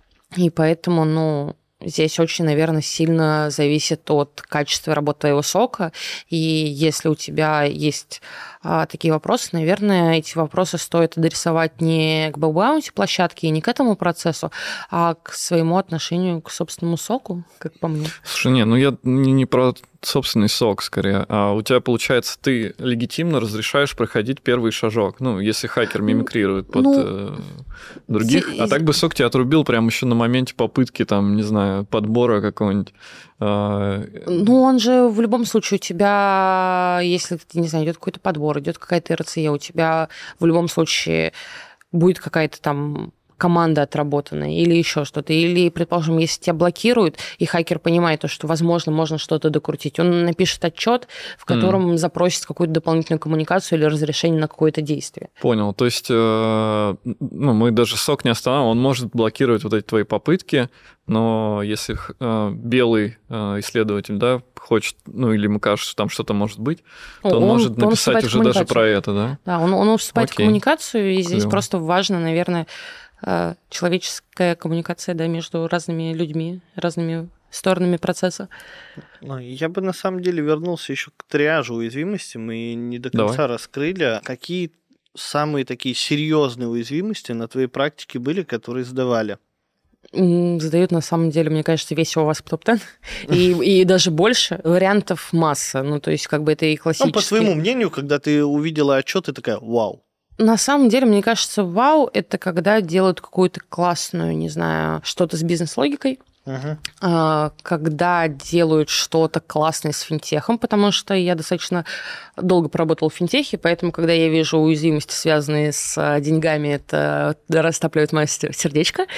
и поэтому, ну, здесь очень, наверное, сильно зависит от качества работы твоего сока. И если у тебя есть а, такие вопросы, наверное, эти вопросы стоит адресовать не к баг-баунти площадке и не к этому процессу, а к своему отношению к собственному соку, как по мне. Слушай, не, ну я не, не про собственный сок скорее, а у тебя, получается, ты легитимно разрешаешь проходить первый шажок, ну, если хакер мимикрирует под ну, э, других, а так бы сок тебя отрубил прямо еще на моменте попытки, там, не знаю, подбора какого-нибудь Ну, он же в любом случае у тебя, если, не знаю, идет какой-то подбор, идет какая-то эр си и, у тебя в любом случае будет какая-то там команда отработанная или еще что-то. Или, предположим, если тебя блокируют, и хакер понимает, что, возможно, можно что-то докрутить, он напишет отчет, в котором mm. запросит какую-то дополнительную коммуникацию или разрешение на какое-то действие. Понял. То есть ну, мы даже сок не останавливаем, он может блокировать вот эти твои попытки, но если белый исследователь, да, хочет, ну, или ему кажется, что там что-то может быть, то он, он может написать уже даже про это, да? Да, он, он вступает Окей. в коммуникацию, и здесь Клево. Просто важно, наверное, человеческая коммуникация, да, между разными людьми, разными сторонами процесса. Я бы на самом деле вернулся еще к триажу уязвимости. Мы не до конца Давай. раскрыли. Какие самые такие серьезные уязвимости на твоей практике были, которые сдавали? Задают, на самом деле, мне кажется, весь у вас топ-десять, и, и даже больше. Вариантов масса. Ну, то есть, как бы это и классические... Ну, по своему мнению, когда ты увидела отчет, ты такая, вау. На самом деле, мне кажется, вау, это когда делают какую-то классную, не знаю, что-то с бизнес-логикой, uh-huh. когда делают что-то классное с финтехом, потому что я достаточно долго поработала в финтехе, поэтому, когда я вижу уязвимости, связанные с деньгами, это растапливает мое сердечко.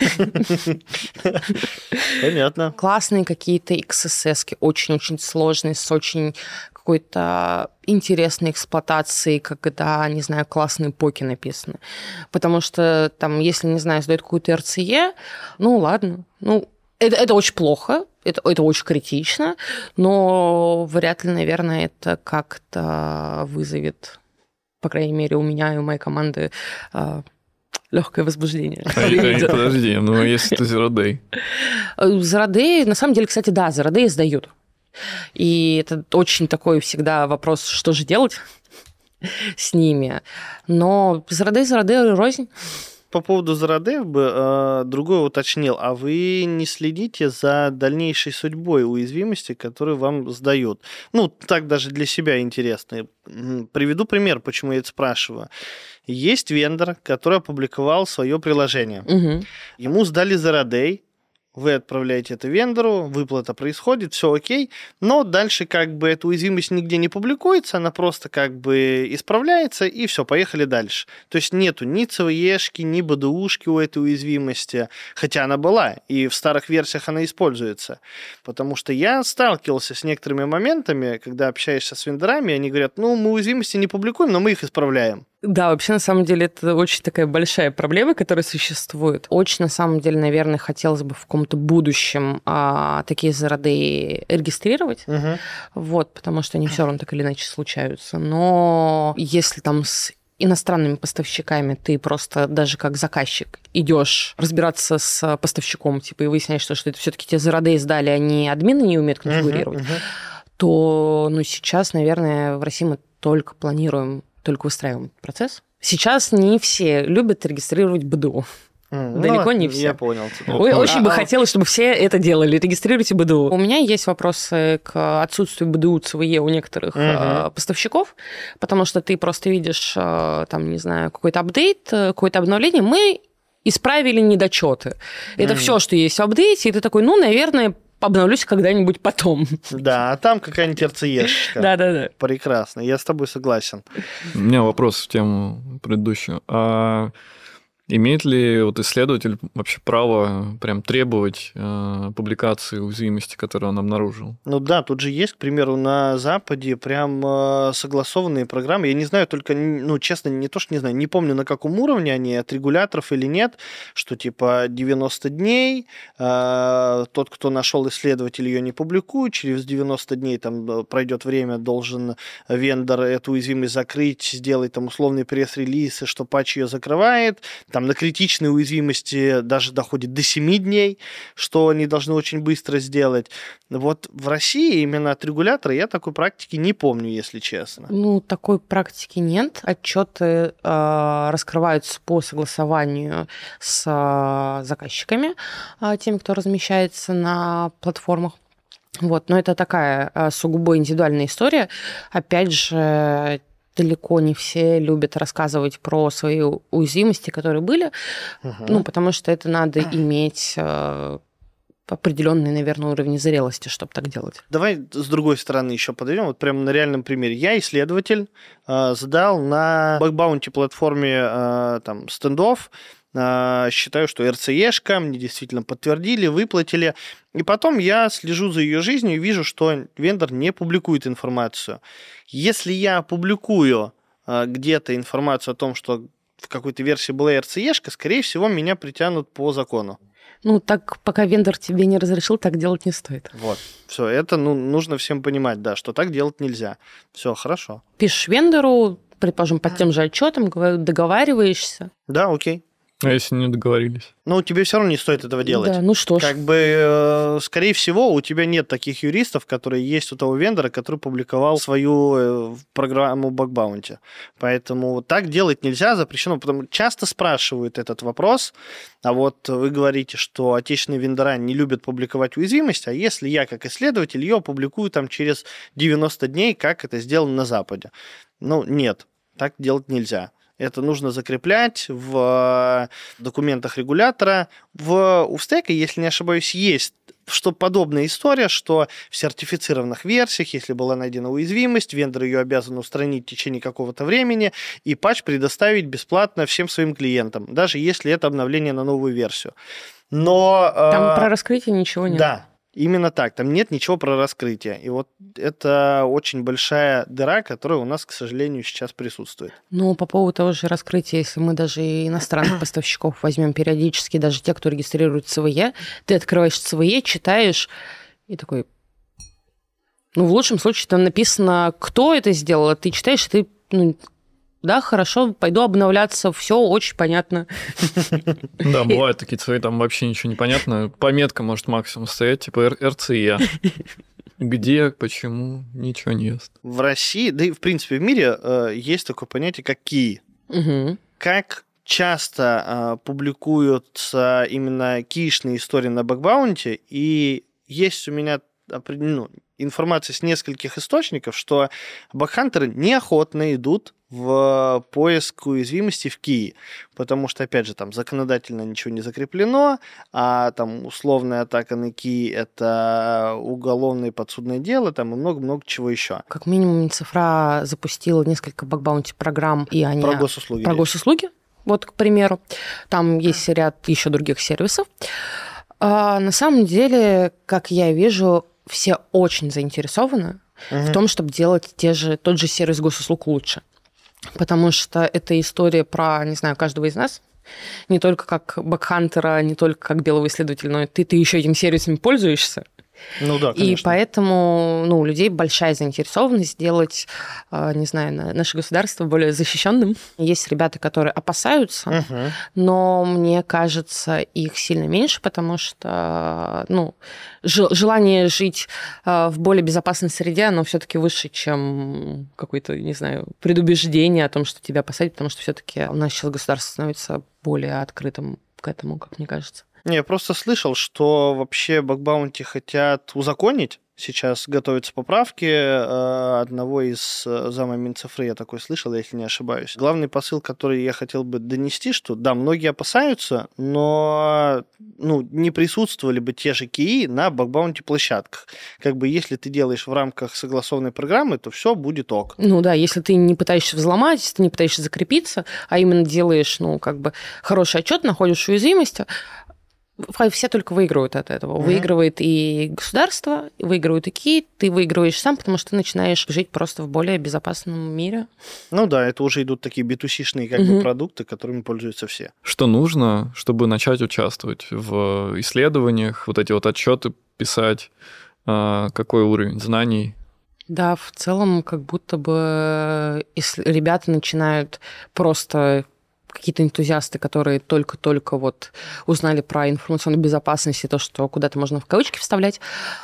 Понятно. Классные какие-то икс эс эс-ки, очень-очень сложные, с очень какой-то интересной эксплуатации, когда, не знаю, классные поки написаны. Потому что там, если, не знаю, сдают какую-то эр си и, ну ладно, ну это, это очень плохо, это, это очень критично, но вряд ли, наверное, это как-то вызовет, по крайней мере, у меня и у моей команды легкое возбуждение. Подожди, ну если это Zero Day? Zero Day, на самом деле, кстати, да, Zero Day сдают. И это очень такой всегда вопрос, что же делать с ними. Но Zero Day, Zero Day рознь. По поводу Zero Day бы э, другой уточнил. А вы не следите за дальнейшей судьбой уязвимости, которые вам сдают? Ну, так даже для себя интересно. Приведу пример, почему я это спрашиваю. Есть вендор, который опубликовал свое приложение. Угу. Ему сдали Zero Day. Вы отправляете это вендору, выплата происходит, все окей, но дальше как бы эта уязвимость нигде не публикуется, она просто как бы исправляется, и все, поехали дальше. То есть нету ни си ви и-шки, ни би ди ю-шки у этой уязвимости, хотя она была, и в старых версиях она используется. Потому что я сталкивался с некоторыми моментами, когда общаешься с вендорами, они говорят, ну, мы уязвимости не публикуем, но мы их исправляем. Да, вообще, на самом деле, это очень такая большая проблема, которая существует. Очень, на самом деле, наверное, хотелось бы в каком-то будущем а, такие Zero Day регистрировать, угу. вот, потому что они все равно так или иначе случаются. Но если там с иностранными поставщиками ты просто даже как заказчик идешь разбираться с поставщиком, типа, и выясняешь, что, что это все-таки те Zero Day сдали, они админы не умеют конфигурировать, угу, угу. то, ну, сейчас, наверное, в России мы только планируем только выстраиваем процесс. Сейчас не все любят регистрировать би ди ю. Mm, Далеко ну, не все. Я понял. Ой, очень а, бы а... хотелось, чтобы все это делали. Регистрируйте би ди ю. У меня есть вопросы к отсутствию би ди ю, си ви и у некоторых mm-hmm. поставщиков, потому что ты просто видишь, там, не знаю, какой-то апдейт, какое-то обновление. Мы исправили недочеты. Это mm-hmm. все, что есть в апдейте, и ты такой, ну, наверное, обновлюсь когда-нибудь потом. Да, а там какая-нибудь эр си и-шка. Да-да-да. Прекрасно, я с тобой согласен. У меня вопрос в тему предыдущую. А имеет ли вот исследователь вообще право прям требовать э, публикации уязвимости, которую он обнаружил? Ну да, тут же есть, к примеру, на Западе прям э, согласованные программы. Я не знаю, только, ну, честно, не то, что не знаю, не помню, на каком уровне они, от регуляторов или нет, что типа девяносто дней, э, тот, кто нашел исследователь, ее не публикует, через девяносто дней там пройдет время, должен вендор эту уязвимость закрыть, сделать там условный пресс-релиз, что патч ее закрывает. Там на критичные уязвимости даже доходит до семи дней, что они должны очень быстро сделать. Вот в России именно от регулятора я такой практики не помню, если честно. Ну, такой практики нет. Отчеты э, раскрываются по согласованию с э, заказчиками, э, теми, кто размещается на платформах. Вот, но это такая э, сугубо индивидуальная история. Опять же, далеко не все любят рассказывать про свои уязвимости, которые были, угу. ну, потому что это надо иметь э, определенный, наверное, уровень зрелости, чтобы так делать. Давай с другой стороны еще подойдем. Вот прямо на реальном примере. Я исследователь, э, сдал на бэкбаунти платформе э, там, стендов. Э, считаю, что эр си и-шка мне действительно подтвердили, выплатили. И потом я слежу за ее жизнью и вижу, что вендор не публикует информацию. Если я публикую э, где-то информацию о том, что в какой-то версии была эр си и-шка, скорее всего, меня притянут по закону. Ну, так пока вендор тебе не разрешил, так делать не стоит. Вот. Все, это ну, нужно всем понимать, да, что так делать нельзя. Все, хорошо. Пишешь вендору, предположим, под тем же отчетом, договариваешься. Да, окей. А если не договорились? Ну, тебе все равно не стоит этого делать. Да, ну что ж. Как бы, э, скорее всего, у тебя нет таких юристов, которые есть у того вендора, который публиковал свою э, программу бакбаунти. Поэтому так делать нельзя, запрещено. Потому часто спрашивают этот вопрос, а вот вы говорите, что отечественные вендора не любят публиковать уязвимость, а если я, как исследователь, ее опубликую там через девяносто дней, как это сделано на Западе? Ну, нет, так делать нельзя. Это нужно закреплять в документах регулятора. В, у стека, если не ошибаюсь, есть что подобная история, что в сертифицированных версиях, если была найдена уязвимость, вендор ее обязан устранить в течение какого-то времени и патч предоставить бесплатно всем своим клиентам, даже если это обновление на новую версию. Но... Там э, про раскрытие ничего нет. Да. Именно так, там нет ничего про раскрытие. И вот это очень большая дыра, которая у нас, к сожалению, сейчас присутствует. Ну, по поводу того же раскрытия, если мы даже иностранных поставщиков возьмем периодически, даже те, кто регистрирует си ви и, ты открываешь си ви и, читаешь и такой... Ну, в лучшем случае там написано, кто это сделал, а ты читаешь, и ты... Ну, да, хорошо, пойду обновляться, все очень понятно. Да, бывают такие свои, там вообще ничего не понятно. Пометка может максимум стоять, типа эр си и. Где, почему, ничего не ясно. В России, да и в принципе в мире э, есть такое понятие, как кей. Угу. Как часто э, публикуются именно киишные истории на бакбаунти, и есть у меня ну, информация с нескольких источников, что бакхантеры неохотно идут в поиск уязвимости в кии, потому что, опять же, там законодательно ничего не закреплено, а там условная атака на кии – это уголовное подсудное дело, там и много-много чего еще. Как минимум, Минцифра запустила несколько бакбаунти программ, и они... Про госуслуги. Про госуслуги, вот, к примеру. Там есть ряд еще других сервисов. А на самом деле, как я вижу, все очень заинтересованы угу. в том, чтобы делать те же, тот же сервис госуслуг лучше. Потому что это история про, не знаю, каждого из нас. Не только как бэкхантера, не только как белого исследователя, но ты, ты еще этим сервисом пользуешься. Ну да, конечно. И поэтому ну, у людей большая заинтересованность сделать, не знаю, наше государство более защищенным. Есть ребята, которые опасаются, uh-huh. но мне кажется, их сильно меньше, потому что ну, желание жить в более безопасной среде, оно все-таки выше, чем какое-то, не знаю, предубеждение о том, что тебя посадят, потому что все-таки у нас сейчас государство становится более открытым к этому, как мне кажется. Не, я просто слышал, что вообще бакбаунти хотят узаконить. Сейчас готовятся поправки одного из зама Минцифры, я такой слышал, если не ошибаюсь. Главный посыл, который я хотел бы донести, что да, многие опасаются, но ну, не присутствовали бы те же кии на бакбаунти площадках. Как бы если ты делаешь в рамках согласованной программы, то все будет ок. Ну да, если ты не пытаешься взломать, если ты не пытаешься закрепиться, а именно делаешь, ну, как бы хороший отчет, находишь уязвимости, все только выигрывают от этого. Mm-hmm. Выигрывает и государство, выигрывают и кей, ты выигрываешь сам, потому что ты начинаешь жить просто в более безопасном мире. Ну да, это уже идут такие би ту си-шные как mm-hmm. бы продукты, которыми пользуются все. Что нужно, чтобы начать участвовать в исследованиях, вот эти вот отчеты писать, какой уровень знаний? Да, в целом как будто бы ребята начинают просто... какие-то энтузиасты, которые только-только вот узнали про информационную безопасность и то, что куда-то можно в кавычки вставлять.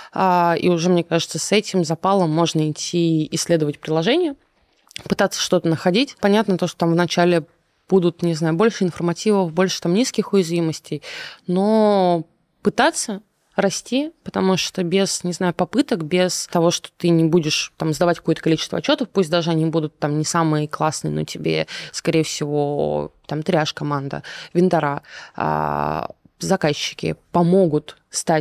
И уже, мне кажется, с этим запалом можно идти исследовать приложение, пытаться что-то находить. Понятно то, что там вначале будут, не знаю, больше информативов, больше там низких уязвимостей, но пытаться расти, потому что без, не знаю, попыток, без того, что ты не будешь там сдавать какое-то количество отчетов, пусть даже они будут там не самые классные, но тебе, скорее всего, там триаж команда, вендора, заказчики помогут стать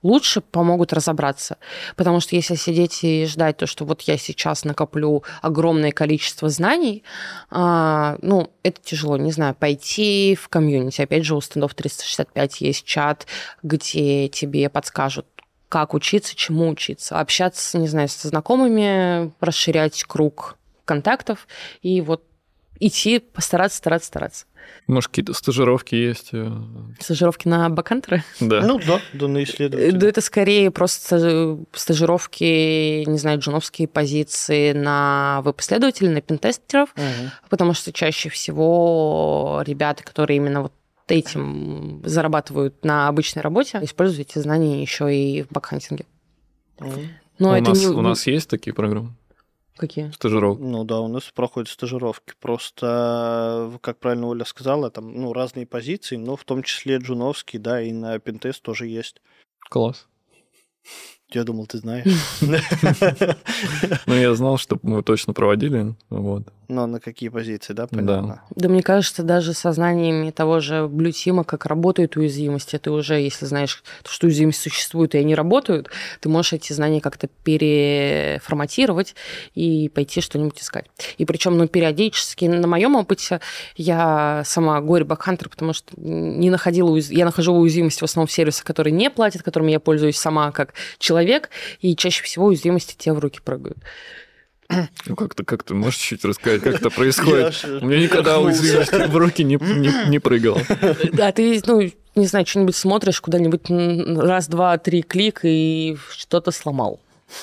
лучше помогут разобраться. Потому что если сидеть и ждать то, что вот я сейчас накоплю огромное количество знаний, а, ну, это тяжело. Не знаю, пойти в комьюнити. Опять же, у Standoff триста шестьдесят пять есть чат, где тебе подскажут, как учиться, чему учиться. Общаться, не знаю, со знакомыми, расширять круг контактов и вот идти, постараться, стараться, стараться. Может, какие-то стажировки есть? Стажировки на бэкхантеры? Да. Ну да, да, на исследователя. Да, это скорее просто стажировки, не знаю, джуновские позиции на веб-исследователей, на пентестеров, угу. потому что чаще всего ребята, которые именно вот этим зарабатывают на обычной работе, используют эти знания еще и в бэкхантинге. Угу. Но у, это нас, не... у нас есть такие программы? Какие? Стажировки. Ну да, у нас проходят стажировки. Просто, как правильно Оля сказала, там ну, разные позиции, но в том числе джуновские, да, и на пентест тоже есть. Класс. Я думал, ты знаешь. Ну, я знал, что мы точно проводили. Вот. Но на какие позиции, да, понятно? Да. Да, мне кажется, даже со знаниями того же блютима, как работают уязвимости, ты уже, если знаешь, что уязвимости существуют и они работают, ты можешь эти знания как-то переформатировать и пойти что-нибудь искать. И причем, ну, периодически, на моем опыте, я сама горе-бэкхантер, потому что не находила, уяз... я нахожу уязвимости в основном в сервисах, которые не платят, которыми я пользуюсь сама как человек, и чаще всего уязвимости тебе в руки прыгают. Ну, как-то, как-то, можешь чуть рассказать, как это происходит? У меня никогда уязвимость в руки не, не, не прыгала. Да, ты, ну, не знаю, что-нибудь смотришь, куда-нибудь раз, два, три клик, и что-то сломал.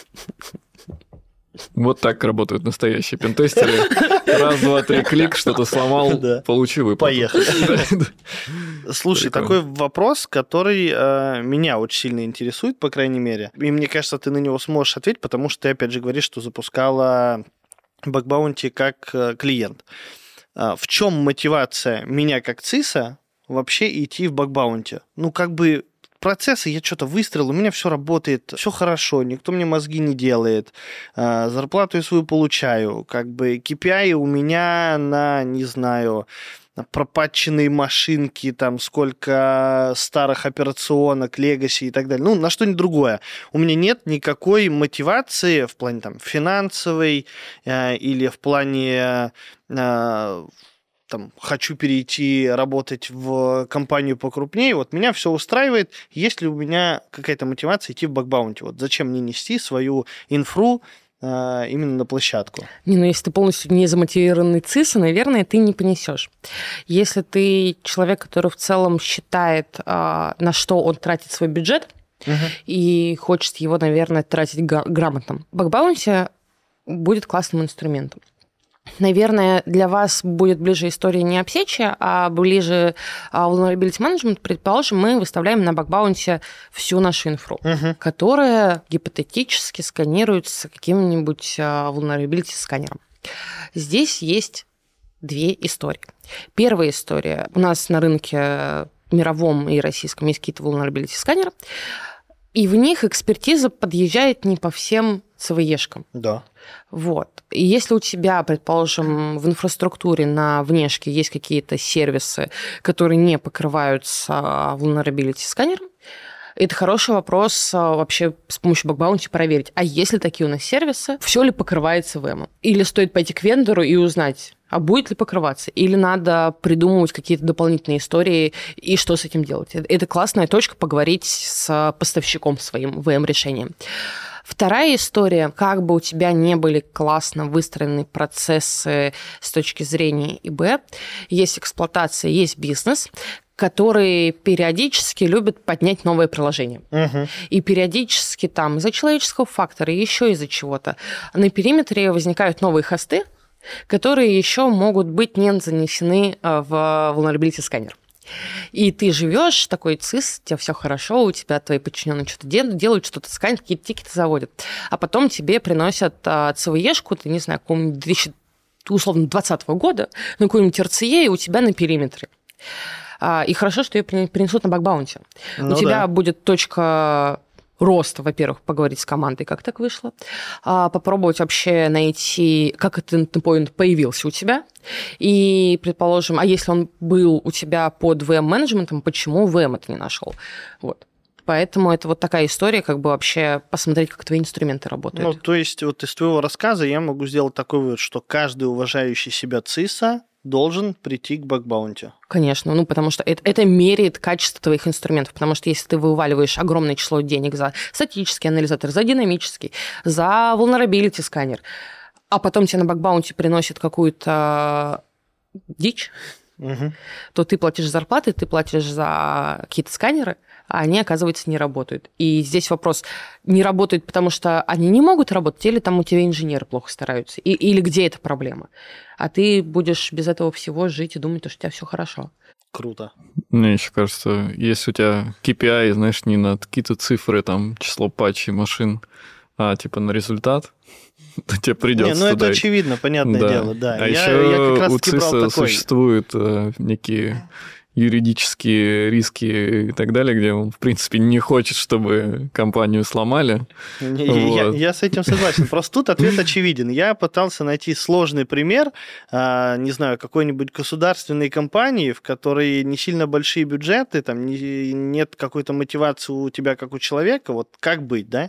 Вот так работают настоящие пентестеры. Раз, два, три, клик, что-то сломал, да. Получи выплату. Поехали. Слушай, Прикольно. Такой вопрос, который э, меня очень сильно интересует, по крайней мере. И мне кажется, ты на него сможешь ответить, потому что ты, опять же, говоришь, что запускала бакбаунти как э, клиент. Э, в чем мотивация меня как циса вообще идти в бакбаунти? Ну, как бы... Процессы, я что-то выстрелил, у меня все работает, все хорошо, никто мне мозги не делает, зарплату я свою получаю, как бы кей пи ай у меня на, не знаю, пропатченные машинки, там сколько старых операционок, легаси и так далее, ну, на что-нибудь другое. У меня нет никакой мотивации в плане там финансовой э, или в плане... Э, Там, хочу перейти работать в компанию покрупнее, вот меня все устраивает. Есть ли у меня какая-то мотивация идти в бакбаунти? Вот зачем мне нести свою инфру а, именно на площадку? Не, ну если ты полностью не замотивированный циса, наверное, ты не понесешь. Если ты человек, который в целом считает, а, на что он тратит свой бюджет, uh-huh. и хочет его, наверное, тратить грамотно, бакбаунти будет классным инструментом. Наверное, для вас будет ближе история не обсечья, а ближе vulnerability management. Предположим, мы выставляем на бакбаунте всю нашу инфру, uh-huh. которая гипотетически сканируется каким-нибудь vulnerability сканером. Здесь есть две истории. Первая история. У нас на рынке мировом и российском есть какие-то vulnerability сканеры, и в них экспертиза подъезжает не по всем си ви и-шкам. Да. Вот. И если у тебя, предположим, в инфраструктуре на внешке есть какие-то сервисы, которые не покрываются vulnerability сканером, это хороший вопрос вообще с помощью бакбаунти проверить. А есть ли такие у нас сервисы? Все ли покрывается вэ эм? Или стоит пойти к вендору и узнать, а будет ли покрываться? Или надо придумывать какие-то дополнительные истории и что с этим делать? Это классная точка поговорить с поставщиком своим вэ эм-решением. Вторая история, как бы у тебя не были классно выстроены процессы с точки зрения и бэ, есть эксплуатация, есть бизнес, которые периодически любят поднять новое приложение. Uh-huh. И периодически там из-за человеческого фактора, еще из-за чего-то на периметре возникают новые хосты, которые еще могут быть не занесены в vulnerability сканер. И ты живешь такой цис, у тебя все хорошо, у тебя твои подчиненные что-то делают, что-то сканят, какие-то тикеты заводят. А потом тебе приносят си ви и-шку, ты, не знаю, какого-нибудь две тысячи двадцатого года, на какой-нибудь эр си и у тебя на периметре. И хорошо, что ее принесут на бакбаунти. Ну, у тебя да. будет точка роста, во-первых, поговорить с командой, как так вышло, попробовать вообще найти, как этот endpoint появился у тебя, и, предположим, а если он был у тебя под ви эм-менеджментом, почему ви эм это не нашел? Вот. Поэтому это вот такая история, как бы вообще посмотреть, как твои инструменты работают. Ну, то есть вот из твоего рассказа я могу сделать такой вывод, что каждый уважающий себя циса должен прийти к бакбаунти. Конечно, ну потому что это, это меряет качество твоих инструментов, потому что если ты вываливаешь огромное число денег за статический анализатор, за динамический, за vulnerability сканер, а потом тебе на бакбаунти приносит какую-то дичь, угу. то ты платишь зарплаты, ты платишь за какие-то сканеры, а они, оказывается, не работают. И здесь вопрос, не работают, потому что они не могут работать, или там у тебя инженеры плохо стараются, и, или где эта проблема. А ты будешь без этого всего жить и думать, что у тебя все хорошо. Круто. Мне еще кажется, если у тебя кей пи ай, знаешь, не на какие-то цифры, там, число патчей машин, а типа на результат, то тебе придется. Не, ну это туда... очевидно, понятное да. дело, да. А я, еще я как раз у таки брал циса такой. Существуют э, некие юридические риски и так далее, где он, в принципе, не хочет, чтобы компанию сломали. Не, вот. я, я с этим согласен. Просто тут ответ очевиден. Я пытался найти сложный пример, а, не знаю, какой-нибудь государственной компании, в которой не сильно большие бюджеты, там не, нет какой-то мотивации у тебя, как у человека, вот как быть, да?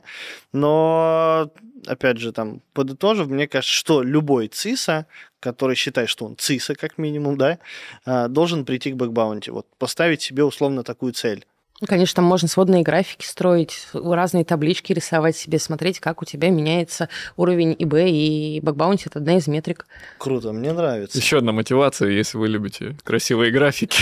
Но, опять же, там, подытожив, мне кажется, что любой циса, который считает, что он циса, как минимум, да, должен прийти к бакбаунти, вот поставить себе условно такую цель. Конечно, там можно сводные графики строить, разные таблички рисовать себе, смотреть, как у тебя меняется уровень и би, и бакбаунти – это одна из метрик. Круто, мне нравится. Еще одна мотивация, если вы любите красивые графики,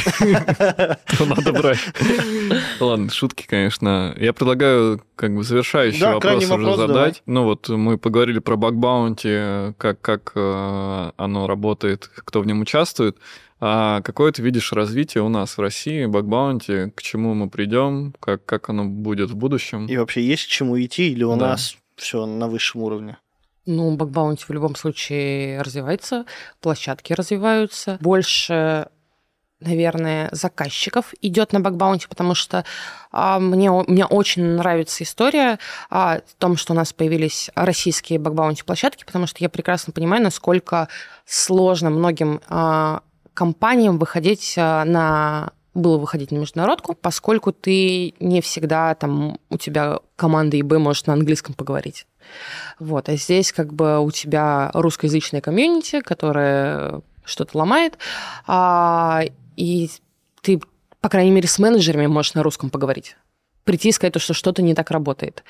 то надо брать. Ладно, шутки, конечно. Я предлагаю как бы завершающий вопрос уже задать. Ну вот мы поговорили про бакбаунти, как оно работает, кто в нем участвует. А какое ты видишь развитие у нас в России, бакбаунти, к чему мы придем, как, как оно будет в будущем? И вообще есть к чему идти, или у да. нас все на высшем уровне? Ну, бакбаунти в любом случае развивается, площадки развиваются, больше, наверное, заказчиков идет на бакбаунти, потому что а, мне, мне очень нравится история о том, что у нас появились российские бакбаунти-площадки, потому что я прекрасно понимаю, насколько сложно многим а, компаниям выходить на... было выходить на международку, поскольку ты не всегда там у тебя команда ИБ может на английском поговорить. Вот. А здесь как бы у тебя русскоязычная комьюнити, которая что-то ломает, а, и ты, по крайней мере, с менеджерами можешь на русском поговорить. Прийти и сказать, что что-то не так работает.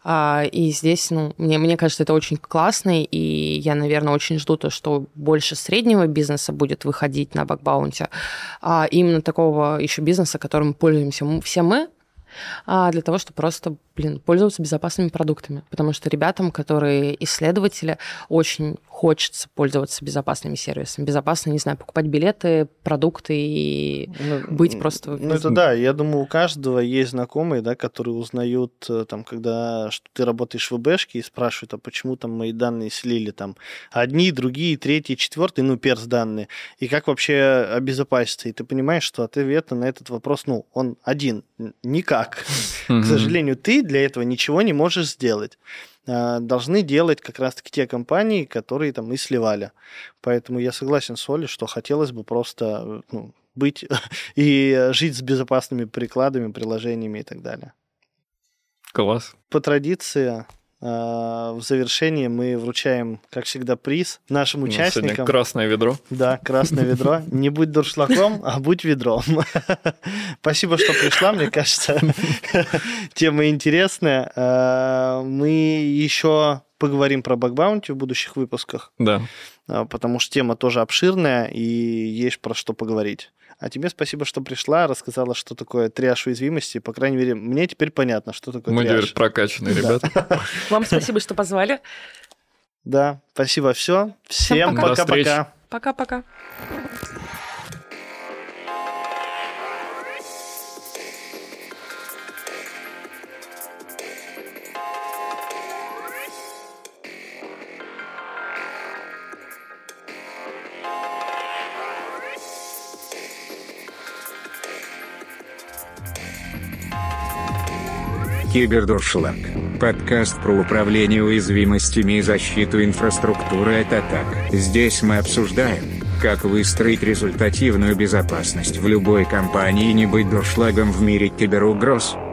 И здесь, ну, мне, мне кажется, это очень классно, и я, наверное, очень жду то, что больше среднего бизнеса будет выходить на бакбаунти, а именно такого еще бизнеса, которым пользуемся все мы, для того, чтобы просто, блин, пользоваться безопасными продуктами. Потому что ребятам, которые исследователи, очень хочется пользоваться безопасными сервисами. Безопасно, не знаю, покупать билеты, продукты и ну, быть просто... Ну, это да, я думаю, у каждого есть знакомые, да, которые узнают, там, когда что ты работаешь в ИБшке и спрашивают, а почему там мои данные слили, там, одни, другие, третьи, четвертые, ну, перс данные, и как вообще обезопаситься. И ты понимаешь, что ответ на этот вопрос, ну, он один, никак. К сожалению, ты для этого ничего не можешь сделать. Должны делать как раз-таки те компании, которые там и сливали. Поэтому я согласен с Олей, что хотелось бы просто ну, быть и жить с безопасными прикладами, приложениями и так далее. Класс. По традиции, в завершении мы вручаем, как всегда, приз нашим участникам. Сегодня красное ведро. Да, красное ведро. Не будь дуршлагом, а будь ведром. Спасибо, что пришла. Мне кажется, тема интересная. Мы еще поговорим про бакбаунти в будущих выпусках. Да. Потому что тема тоже обширная, и есть про что поговорить. А тебе спасибо, что пришла, рассказала, что такое триаж уязвимости. По крайней мере, мне теперь понятно, что такое Мы триаж. Мы теперь прокачанные ребята. Вам спасибо, что позвали. Да, спасибо, все. Всем пока-пока. Пока-пока. Кибердуршлаг. Подкаст про управление уязвимостями и защиту инфраструктуры от атак. Здесь мы обсуждаем, как выстроить результативную безопасность в любой компании и не быть дуршлагом в мире киберугроз.